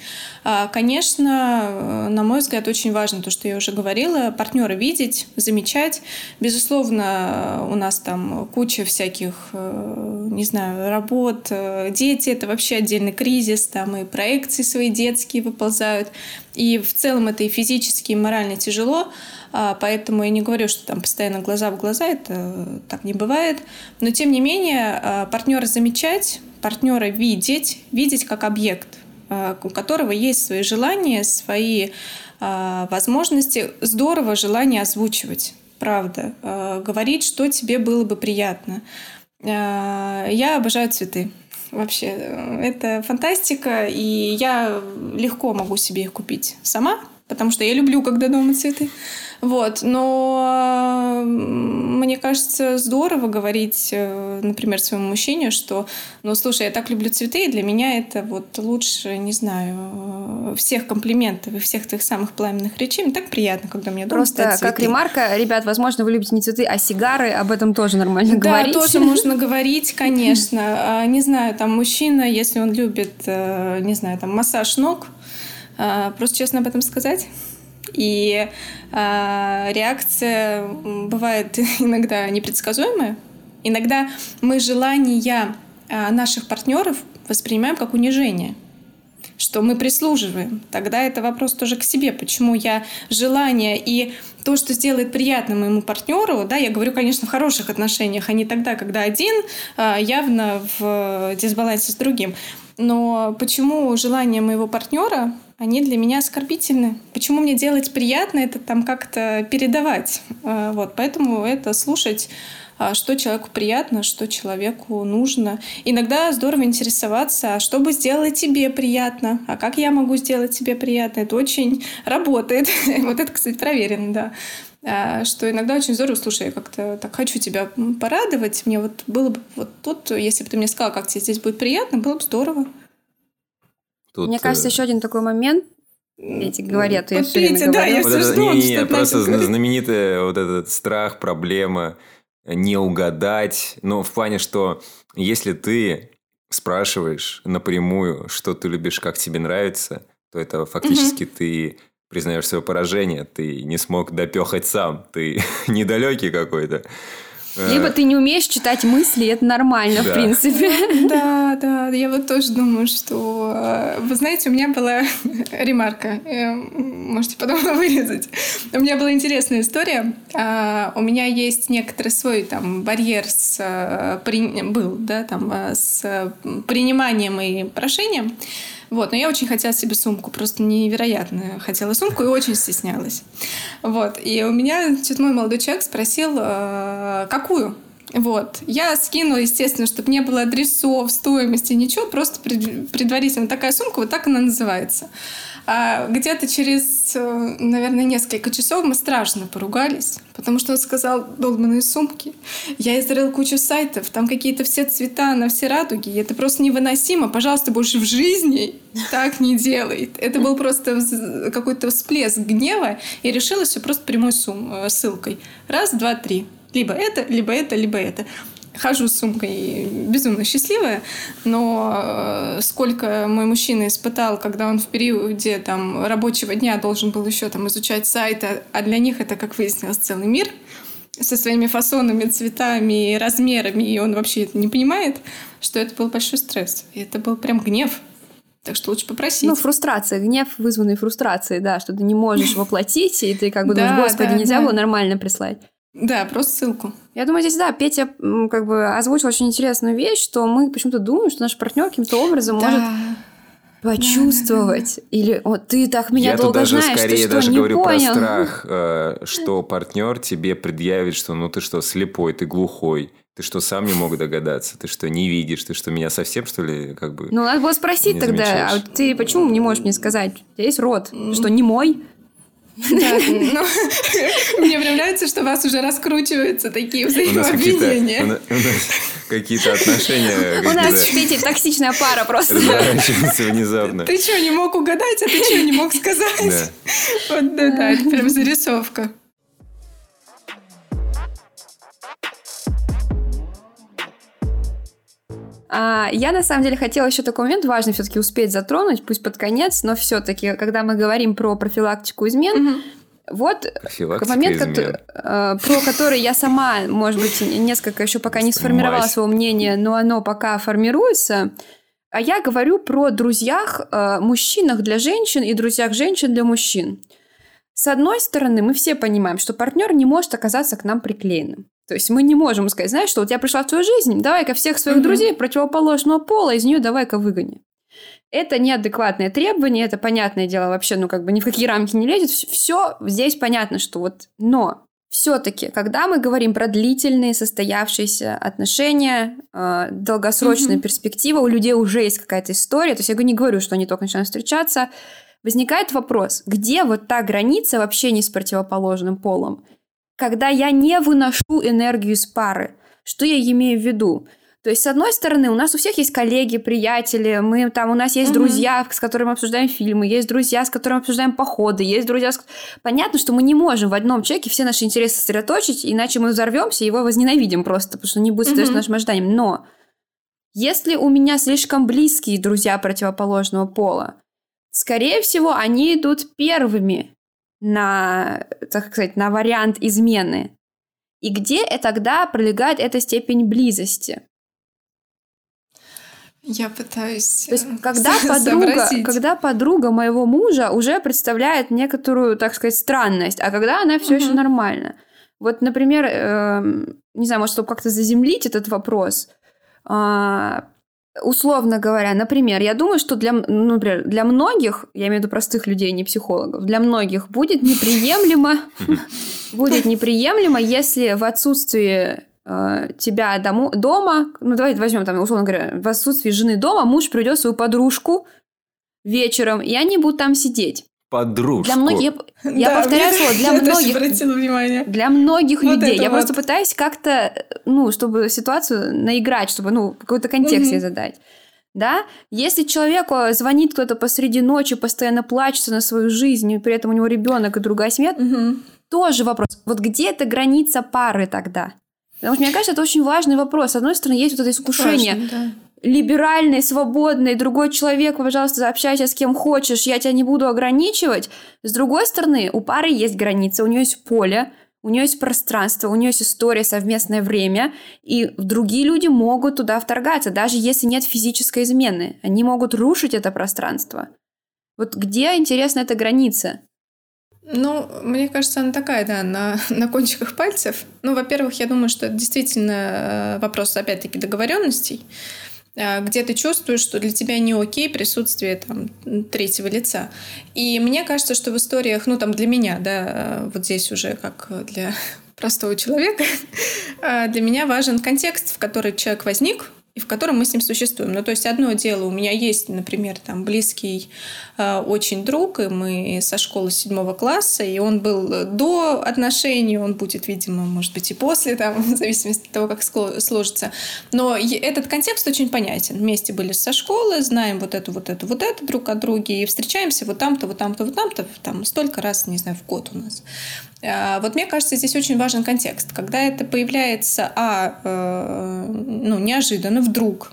Конечно, на мой взгляд, очень важно то, что я уже говорила, партнера видеть, замечать. Безусловно, у нас там куча всяких, не знаю, работ, дети — это вообще отдельный кризис, там и проекции свои детские выползают. И в целом это и физически, и морально тяжело. Поэтому я не говорю, что там постоянно глаза в глаза, это так не бывает. Но, тем не менее, партнера замечать, партнера видеть, видеть как объект, у которого есть свои желания, свои возможности. Здорово желание озвучивать, правда. Говорить, что тебе было бы приятно. Я обожаю цветы. Вообще, это фантастика, и я легко могу себе их купить сама, потому что я люблю, когда дома цветы. Вот. Но мне кажется, здорово говорить, например, своему мужчине, что, ну, слушай, я так люблю цветы, и для меня это вот лучше, не знаю, всех комплиментов и всех твоих самых пламенных речей. Мне так приятно, когда у меня дома Просто стоят цветы. как ремарка, ребят, возможно, вы любите не цветы, а сигары, об этом тоже нормально да, говорить. Да, тоже можно говорить, конечно. Не знаю, там мужчина, если он любит, не знаю, там массаж ног, просто честно об этом сказать. И э, реакция бывает иногда непредсказуемая. Иногда мы желания э, наших партнеров воспринимаем как унижение, что мы прислуживаем. Тогда это вопрос тоже к себе. Почему я желание и то, что сделает приятно моему партнеру, да, я говорю, конечно, в хороших отношениях, а не тогда, когда один э, явно в дисбалансе с другим. Но почему желания моего партнера, они для меня оскорбительны? Почему мне делать приятно это там как-то передавать? Вот, поэтому это слушать, что человеку приятно, что человеку нужно. Иногда здорово интересоваться, а что бы сделать тебе приятно, а как я могу сделать тебе приятно. Это очень работает. Вот это, кстати, проверено, да. Что иногда очень здорово, слушай, я как-то так хочу тебя порадовать, мне вот было бы вот тут, если бы ты мне сказала, как тебе здесь будет приятно, было бы здорово. Тут, мне кажется, еще один такой момент, эти говорят, я все время да, говорю. Я вот все это, жду, не, не, что просто знаменитый вот этот страх, проблема, не угадать, но в плане, что если ты спрашиваешь напрямую, что ты любишь, как тебе нравится, то это фактически угу. ты признаешь свое поражение, ты не смог допехать сам, ты недалекий какой-то. Либо ты не умеешь читать мысли, это нормально, да. в принципе. Да, да, я вот тоже думаю, что... Вы знаете, у меня была ремарка, можете потом вырезать. У меня была интересная история. У меня есть некоторый свой там барьер с... был, да, там, с приниманием и прошением. Вот, но я очень хотела себе сумку, просто невероятно хотела сумку и очень стеснялась. Вот, и у меня что-то мой молодой человек спросил, э, какую? Вот, я скинула, естественно, чтобы не было адресов, стоимости, ничего, просто предварительно такая сумка, вот так она называется. А где-то через, наверное, несколько часов мы страшно поругались, потому что он сказал долбаные сумки. Я изрыла кучу сайтов, там какие-то все цвета на все радуги, и это просто невыносимо. Пожалуйста, больше в жизни так не делай. Это был просто какой-то всплеск гнева, и решила все просто прямой сум- ссылкой. Раз, два, три. Либо это, либо это, либо это. Хожу с сумкой безумно счастливая, но сколько мой мужчина испытал, когда он в периоде там, рабочего дня должен был еще там, изучать сайты, а для них это, как выяснилось, целый мир. со своими фасонами, цветами, размерами, и он вообще это не понимает, что это был большой стресс. И это был прям гнев. Так что лучше попросить. Ну, фрустрация, гнев, вызванный фрустрацией, да, что ты не можешь воплотить, и ты как бы Да, думаешь, господи, да, нельзя да. было нормально прислать. Да, просто ссылку. Я думаю, здесь, да, Петя м, как бы озвучил очень интересную вещь, что мы почему-то думаем, что наш партнер каким-то образом Да. может почувствовать. Или вот ты так меня Я тут долго даже знаешь, ты скорее что, даже не говорю понял? про страх, э, что партнер тебе предъявит, что ну ты что, слепой, ты глухой, ты что, сам не мог догадаться, ты что, не видишь, ты что, меня совсем, что ли, как бы... Ну, надо было спросить не тогда, замечаешь? а вот ты почему не можешь мне сказать? У тебя есть рот, что не мой? Да, ну, мне прям нравится, что у вас уже раскручиваются такие У нас какие-то, у взаимообвинения. на- у нас какие-то отношения... У нас с какие-то Петей токсичная пара просто. разворачиваются внезапно. Ты что, не мог угадать, а ты что, не мог сказать? Да. Вот, да, да, это прям зарисовка. А, я на самом деле хотела еще такой момент важный все-таки успеть затронуть, пусть под конец, но все-таки, когда мы говорим про профилактику измен, вот Профилактика момент, измен. кото- э, про который я сама, может быть, несколько еще пока не сформировала Мазь. своего мнения, но оно пока формируется. А я говорю про друзьях э, мужчинах для женщин и друзьях женщин для мужчин. С одной стороны, мы все понимаем, что партнер не может оказаться к нам приклеенным. То есть мы не можем сказать, знаешь, что вот я пришла в твою жизнь, давай-ка всех своих Мгм. друзей противоположного пола из нее давай-ка выгони. Это неадекватное требование, это понятное дело вообще, ну как бы ни в какие рамки не лезет. Все здесь понятно, что вот, но все-таки, когда мы говорим про длительные состоявшиеся отношения, э, долгосрочная Мгм. перспектива, у людей уже есть какая-то история, то есть я не говорю, что они только начинают встречаться, возникает вопрос, где вот та граница в общении с противоположным полом, когда я не выношу энергию из пары. Что я имею в виду? То есть, с одной стороны, у нас у всех есть коллеги, приятели, мы, там, у нас есть Мгм. друзья, с которыми мы обсуждаем фильмы, есть друзья, с которыми обсуждаем походы, есть друзья... С... Понятно, что мы не можем в одном человеке все наши интересы сосредоточить, иначе мы взорвемся и его возненавидим просто, потому что не будет соответствовать Мгм. нашим ожиданиям. Но если у меня слишком близкие друзья противоположного пола, скорее всего, они идут первыми на, так сказать, на вариант измены. И где и тогда пролегает эта степень близости? Я пытаюсь То есть, э, когда со- подруга, сообразить. когда подруга моего мужа уже представляет некоторую, так сказать, странность, а когда она все еще Мгм. нормальна. Вот, например, эм, не знаю, может, чтобы как-то заземлить этот вопрос, а, условно говоря, например, я думаю, что для, м- ну, например, для многих, я имею в виду простых людей, не психологов, для многих будет неприемлемо, будет неприемлемо, если в отсутствии э, тебя дому- дома, ну давайте возьмем там, условно говоря, в отсутствии жены дома, муж приведет свою подружку вечером, и они будут там сидеть. Подружку. Для многих, я, я Да, повторяю мне- слово, для я тоже многих, обратила внимание. для многих Вот людей. это Я вот. просто пытаюсь как-то, ну, чтобы ситуацию наиграть, чтобы, ну, какой-то контекст Мгм. ей задать. Да? Если человеку звонит кто-то посреди ночи, постоянно плачется на свою жизнь, и при этом у него ребенок и другая семья, Мгм. тоже вопрос. Вот где эта граница пары тогда? Потому что, мне кажется, это очень важный вопрос. С одной стороны, есть вот это искушение. Важно, да. Либеральный, свободный, другой человек, пожалуйста, общайся с кем хочешь, я тебя не буду ограничивать. С другой стороны, у пары есть граница, у нее есть поле, у нее есть пространство, у нее есть история, совместное время, и другие люди могут туда вторгаться, даже если нет физической измены. Они могут рушить это пространство. Вот где, интересно, эта граница? Ну, мне кажется, она такая, да, на, на кончиках пальцев. Ну, во-первых, я думаю, что это действительно э, вопрос, опять-таки, договоренностей, э, где ты чувствуешь, что для тебя не окей присутствие там третьего лица. И мне кажется, что в историях, ну, там, для меня, да, э, вот здесь уже как для простого человека, э, для меня важен контекст, в который человек возник, и в котором мы с ним существуем. Ну, то есть одно дело, у меня есть, например, там близкий э, очень друг, и мы со школы седьмого класса, и он был до отношений, он будет, видимо, может быть, и после, там, в зависимости от того, как скло- сложится. Но е- этот контекст очень понятен. Вместе были со школы, знаем вот это, вот это, вот это друг от друга, и встречаемся вот там-то, вот там-то, вот там-то, там столько раз, не знаю, в год у нас. Э, вот мне кажется, здесь очень важен контекст. Когда это появляется, а, э, ну, неожиданно, вдруг,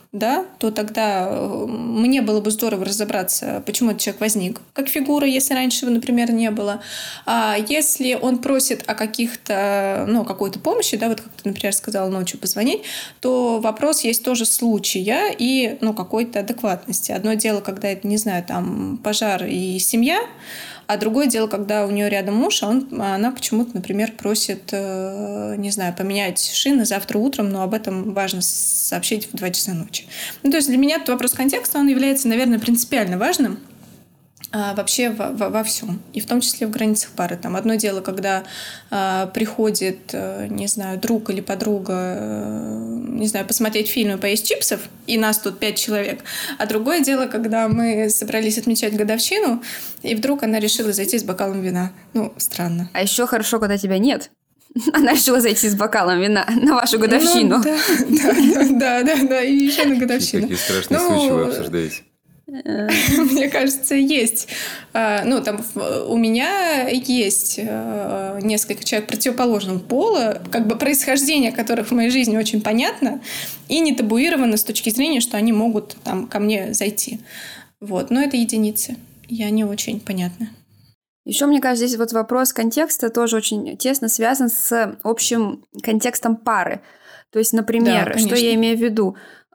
да, то тогда мне было бы здорово разобраться, почему этот человек возник как фигура, если раньше его, например, не было. А если он просит о каких-то, ну, какой-то помощи, да, вот как ты, например, сказала ночью позвонить, то вопрос есть тоже случая и, ну, какой-то адекватности. Одно дело, когда это, не знаю, там, пожар и семья, а другое дело, когда у нее рядом муж, а он, она почему-то, например, просит, не знаю, поменять шины завтра утром, но об этом важно сообщить в два часа ночи. Ну, то есть для меня этот вопрос контекста, он является, наверное, принципиально важным а, вообще во, во, во всем, и в том числе в границах пары. Там одно дело, когда а, приходит, не знаю, друг или подруга, не знаю, посмотреть фильм и поесть чипсов, и нас тут пять человек, а другое дело, когда мы собрались отмечать годовщину, и вдруг она решила зайти с бокалом вина. Ну, странно. А еще хорошо, когда тебя нет. Она решила зайти с бокалом вина на вашу годовщину. Ну, да, да, да, да, да, и еще на годовщину. Какие страшные случаи вы обсуждаете? Мне кажется, есть. Ну, там у меня есть несколько человек противоположного пола, как бы происхождение которых в моей жизни очень понятно и не табуировано с точки зрения, что они могут там ко мне зайти. Вот. Но это единицы. И они очень понятны. Еще, мне кажется, здесь вот вопрос контекста тоже очень тесно связан с общим контекстом пары. То есть, например, да, что я имею в виду?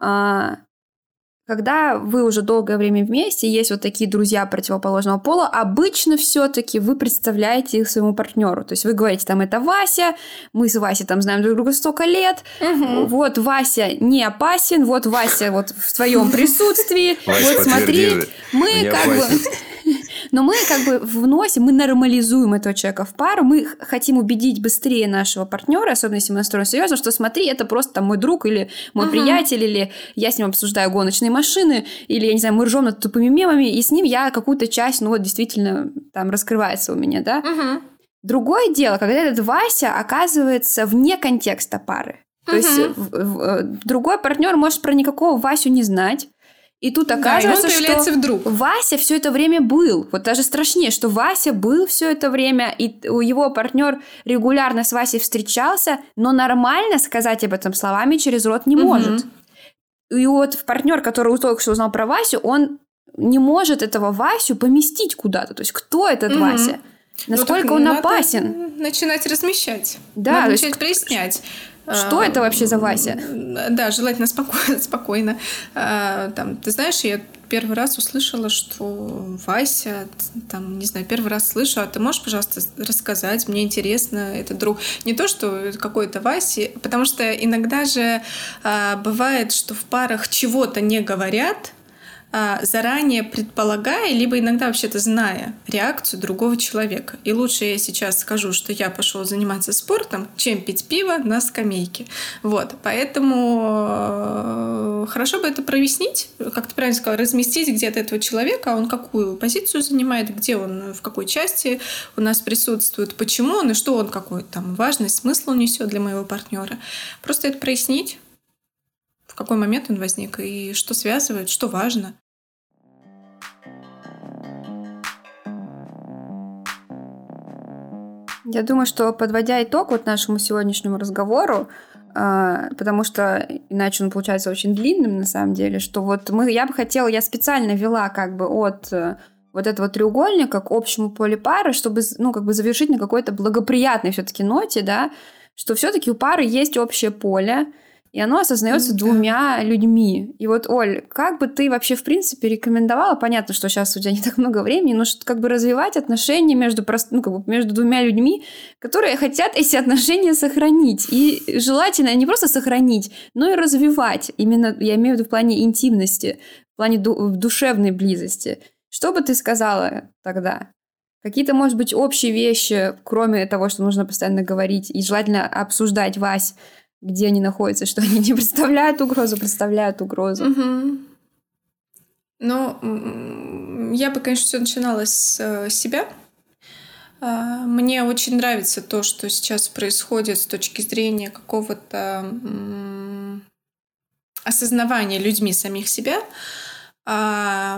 Когда вы уже долгое время вместе, есть вот такие друзья противоположного пола, обычно все-таки вы представляете их своему партнеру. То есть вы говорите, там, это Вася, мы с Васей там знаем друг друга столько лет, угу. Вот Вася не опасен, вот Вася вот в твоем присутствии, вот смотри, мы как бы... Но мы как бы вносим, мы нормализуем этого человека в пару, мы хотим убедить быстрее нашего партнера, особенно если мы настроены серьезно, что смотри, это просто там мой друг или мой uh-huh. приятель, или я с ним обсуждаю гоночные машины, или, я не знаю, мы ржем над тупыми мемами, и с ним я какую-то часть, ну вот действительно там раскрывается у меня, да. Uh-huh. Другое дело, когда этот Вася оказывается вне контекста пары. То uh-huh. есть в, в, другой партнер может про никакого Васю не знать. И тут оказывается, да, что вдруг. Вася все это время был. Вот даже страшнее, что Вася был все это время, и его партнер регулярно с Васей встречался, но нормально сказать об этом словами через рот не может. Угу. И вот партнер, который только что узнал про Васю, он не может этого Васю поместить куда-то. То есть кто этот угу. Вася? Насколько ну, он опасен? Начинать размещать. Да, надо начать прояснять. Что это вообще за Вася? Да, желательно спокойно. спокойно. Там, ты знаешь, я первый раз услышала, что Вася, там, не знаю, первый раз слышу, а ты можешь, пожалуйста, рассказать? Мне интересно, это друг. Не то, что какой-то Вася, потому что иногда же бывает, что в парах чего-то не говорят, заранее предполагая, либо иногда вообще-то зная реакцию другого человека. И лучше я сейчас скажу, что я пошел заниматься спортом, чем пить пиво на скамейке. Вот. Поэтому хорошо бы это прояснить, как ты правильно сказала, разместить где-то этого человека, он какую позицию занимает, где он, в какой части у нас присутствует, почему он и что он, какой там важный смысл он несет для моего партнера. Просто это прояснить, в какой момент он возник и что связывает, что важно. Я думаю, что, подводя итог вот нашему сегодняшнему разговору, э, потому что иначе он получается очень длинным на самом деле, что вот мы, я бы хотела, я специально вела как бы от э, вот этого треугольника к общему полю пары, чтобы, ну, как бы завершить на какой-то благоприятной все-таки ноте, да, что все-таки у пары есть общее поле, и оно осознается да. двумя людьми. И вот, Оль, как бы ты вообще, в принципе, рекомендовала, понятно, что сейчас у тебя не так много времени, но что, как бы развивать отношения между, прост... ну, как бы между двумя людьми, которые хотят эти отношения сохранить. И желательно не просто сохранить, но и развивать. Именно, я имею в виду в плане интимности, в плане ду- душевной близости. Что бы ты сказала тогда? Какие-то, может быть, общие вещи, кроме того, что нужно постоянно говорить, и желательно обсуждать, Вась, где они находятся, что они не представляют угрозу, представляют угрозу. Угу. Ну, я бы, конечно, все начинала с себя. Мне очень нравится то, что сейчас происходит с точки зрения какого-то осознавания людьми самих себя. Да,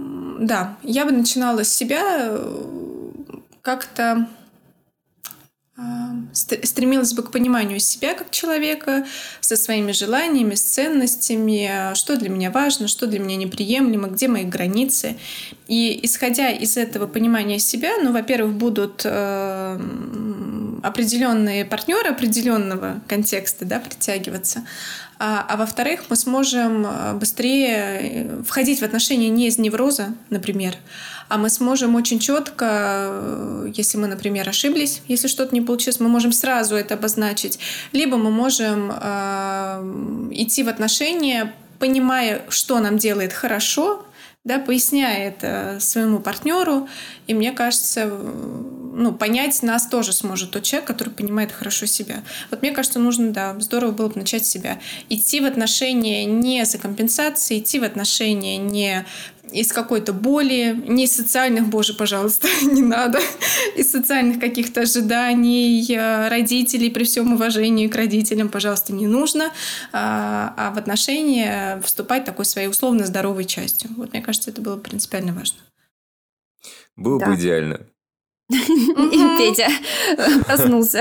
я бы начинала с себя как-то стремилась бы к пониманию себя как человека, со своими желаниями, с ценностями, что для меня важно, что для меня неприемлемо, где мои границы. И исходя из этого понимания себя, ну, во-первых, будут э, определенные партнеры определенного контекста, да, притягиваться, а, а во-вторых, мы сможем быстрее входить в отношения не из невроза, например, а мы сможем очень четко, если мы, например, ошиблись, если что-то не получилось, мы можем сразу это обозначить. Либо мы можем э, идти в отношения, понимая, что нам делает хорошо, да, поясняя это своему партнеру. И мне кажется, ну, понять нас тоже сможет тот человек, который понимает хорошо себя. Вот мне кажется, нужно, да, здорово было бы начать с себя. Идти в отношения не за компенсацией, идти в отношения не из какой-то боли, не из социальных, боже, пожалуйста, не надо, из социальных каких-то ожиданий родителей, при всем уважении к родителям, пожалуйста, не нужно, а в отношения вступать такой своей условно здоровой частью. Вот мне кажется, это было принципиально важно. Было Да. бы идеально. И Петя проснулся.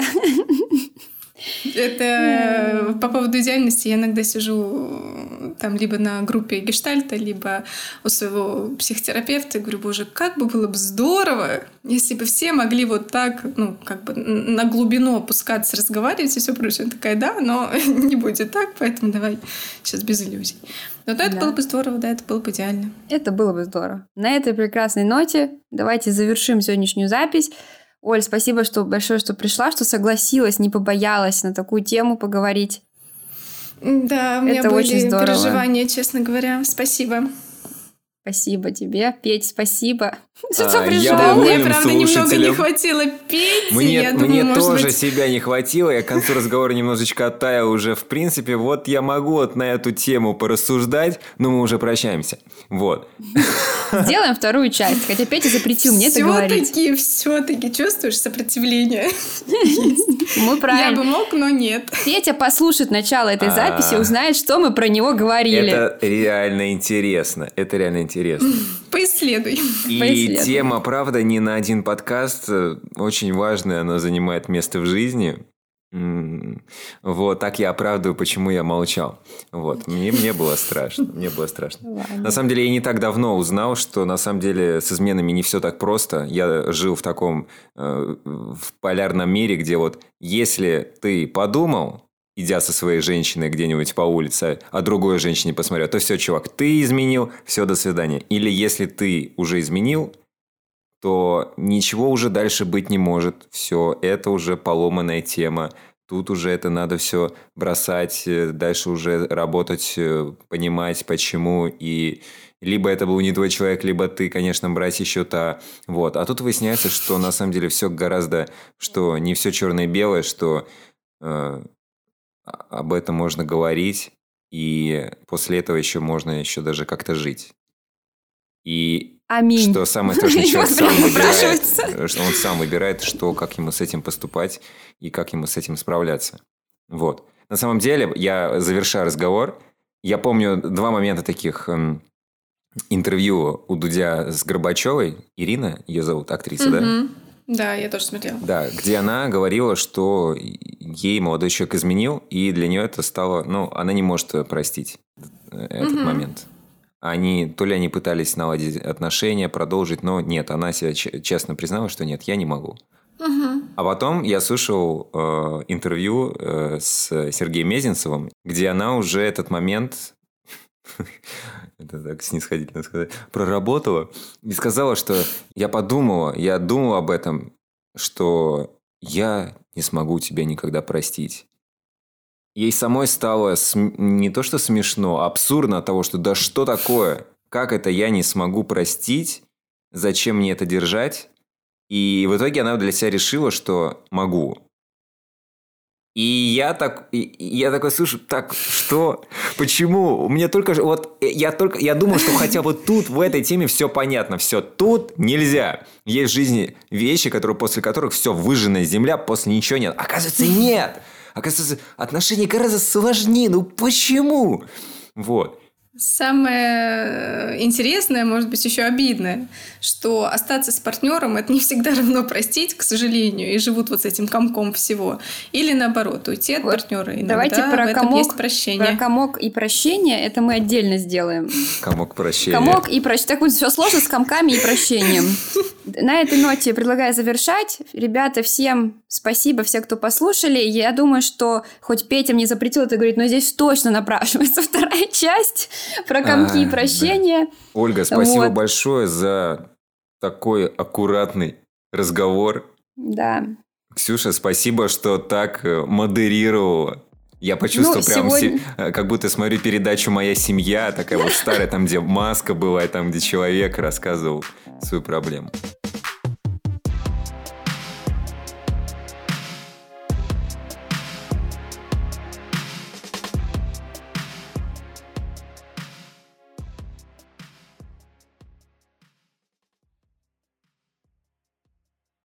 Это по поводу идеальности я иногда сижу там либо на группе гештальта, либо у своего психотерапевта и говорю, боже, как бы было бы здорово, если бы все могли вот так, ну, как бы на глубину опускаться, разговаривать и все прочее. Я такая, да, но не будет так, поэтому давай сейчас без иллюзий. Но да, это Да. было бы здорово, да, это было бы идеально. Это было бы здорово. На этой прекрасной ноте давайте завершим сегодняшнюю запись. Оль, спасибо что большое, что пришла, что согласилась, не побоялась на такую тему поговорить. Да, у меня Это были очень здорово. переживания, честно говоря. Спасибо. Спасибо тебе, Петь, спасибо. Что А, пришел? я Да, мне, доволен правда, немного не слушателем. хватило петь. Мне, я думаю, мне может тоже быть... себя не хватило, я к концу разговора немножечко оттаял уже в принципе. Вот я могу вот на эту тему порассуждать, но мы уже прощаемся. Вот. Сделаем вторую часть, хотя Петя запретил мне это говорить. Все-таки, все-таки чувствуешь сопротивление? Мы Я правильно. бы мог, но нет. Петя послушает начало этой А. записи, узнает, что мы про него говорили. Это реально интересно. Это реально интересно. Поисследуй. И Поисследуй. тема, правда, не на один подкаст. Очень важная, она занимает место в жизни. М, Вот, так я оправдываю, почему я молчал. Вот, мне, мне было страшно. Мне было страшно. Ладно. На самом деле, я не так давно узнал, что на самом деле с изменами не все так просто. Я жил в таком э, в полярном мире, где вот если ты подумал, идя со своей женщиной где-нибудь по улице, а другой женщине посмотрел, то все, чувак, ты изменил, все, до свидания. Или если ты уже изменил, то ничего уже дальше быть не может. Все, это уже поломанная тема. Тут уже это надо все бросать, э, дальше уже работать, э, понимать, почему. И либо это был не твой человек, либо ты, конечно, братья счета. Вот. А тут выясняется, что на самом деле все гораздо, что не все черное и белое, что э, об этом можно говорить, и после этого еще можно еще даже как-то жить. И Аминь. что самое страшное, И человек вот сам прям выбирает, напрашивается. что он сам выбирает, что, как ему с этим поступать и как ему с этим справляться. Вот. На самом деле, я завершаю разговор. Я помню два момента таких эм, интервью у Дудя с Горбачевой. Ирина, ее зовут, актриса, да? Мгм. Да, я тоже смотрела. Да, где она говорила, что ей молодой человек изменил, и для нее это стало... Ну, она не может простить этот Мгм. момент. Они, то ли они пытались наладить отношения, продолжить, но нет, она себя ч- честно признала, что нет, я не могу. Мгм. А потом я слышал э, интервью э, с Сергеем Мезенцевым, где она уже этот момент, это так снисходительно сказать, проработала и сказала, что я подумала, я думала об этом, что я не смогу тебя никогда простить. Ей самой стало см- не то что смешно, а абсурдно от того, что да что такое? Как это я не смогу простить? Зачем мне это держать? И в итоге она для себя решила, что могу. И я так, и- и я такой, слушай, так что, почему? У меня только, же- вот я только, я думал, что хотя бы тут в этой теме все понятно, все тут нельзя. Есть в жизни вещи, которые после которых все выжженная земля, после ничего нет. Оказывается, нет. Оказывается, отношения гораздо сложнее. Ну почему? Вот. Самое интересное, может быть, еще обидное, что остаться с партнером это не всегда равно простить, к сожалению, и живут вот с этим комком всего. Или наоборот, уйти от вот партнера. Иногда давайте про в этом комок, есть прощение. Про комок и прощение, это мы отдельно сделаем. Комок прощения. Комок и прощение. Так вот, все сложно с комками и прощением. На этой ноте предлагаю завершать. Ребята, всем спасибо, все, кто послушали. Я думаю, что хоть Петя мне запретил это говорить, но здесь точно напрашивается вторая часть про комки а, и прощения. Да. Ольга, спасибо вот. большое за такой аккуратный разговор. Да. Ксюша, спасибо, что так модерировала. Я почувствовал ну, прям, сегодня... си... как будто смотрю передачу «Моя семья», такая вот старая, там, где маска была, там, где человек рассказывал свою проблему.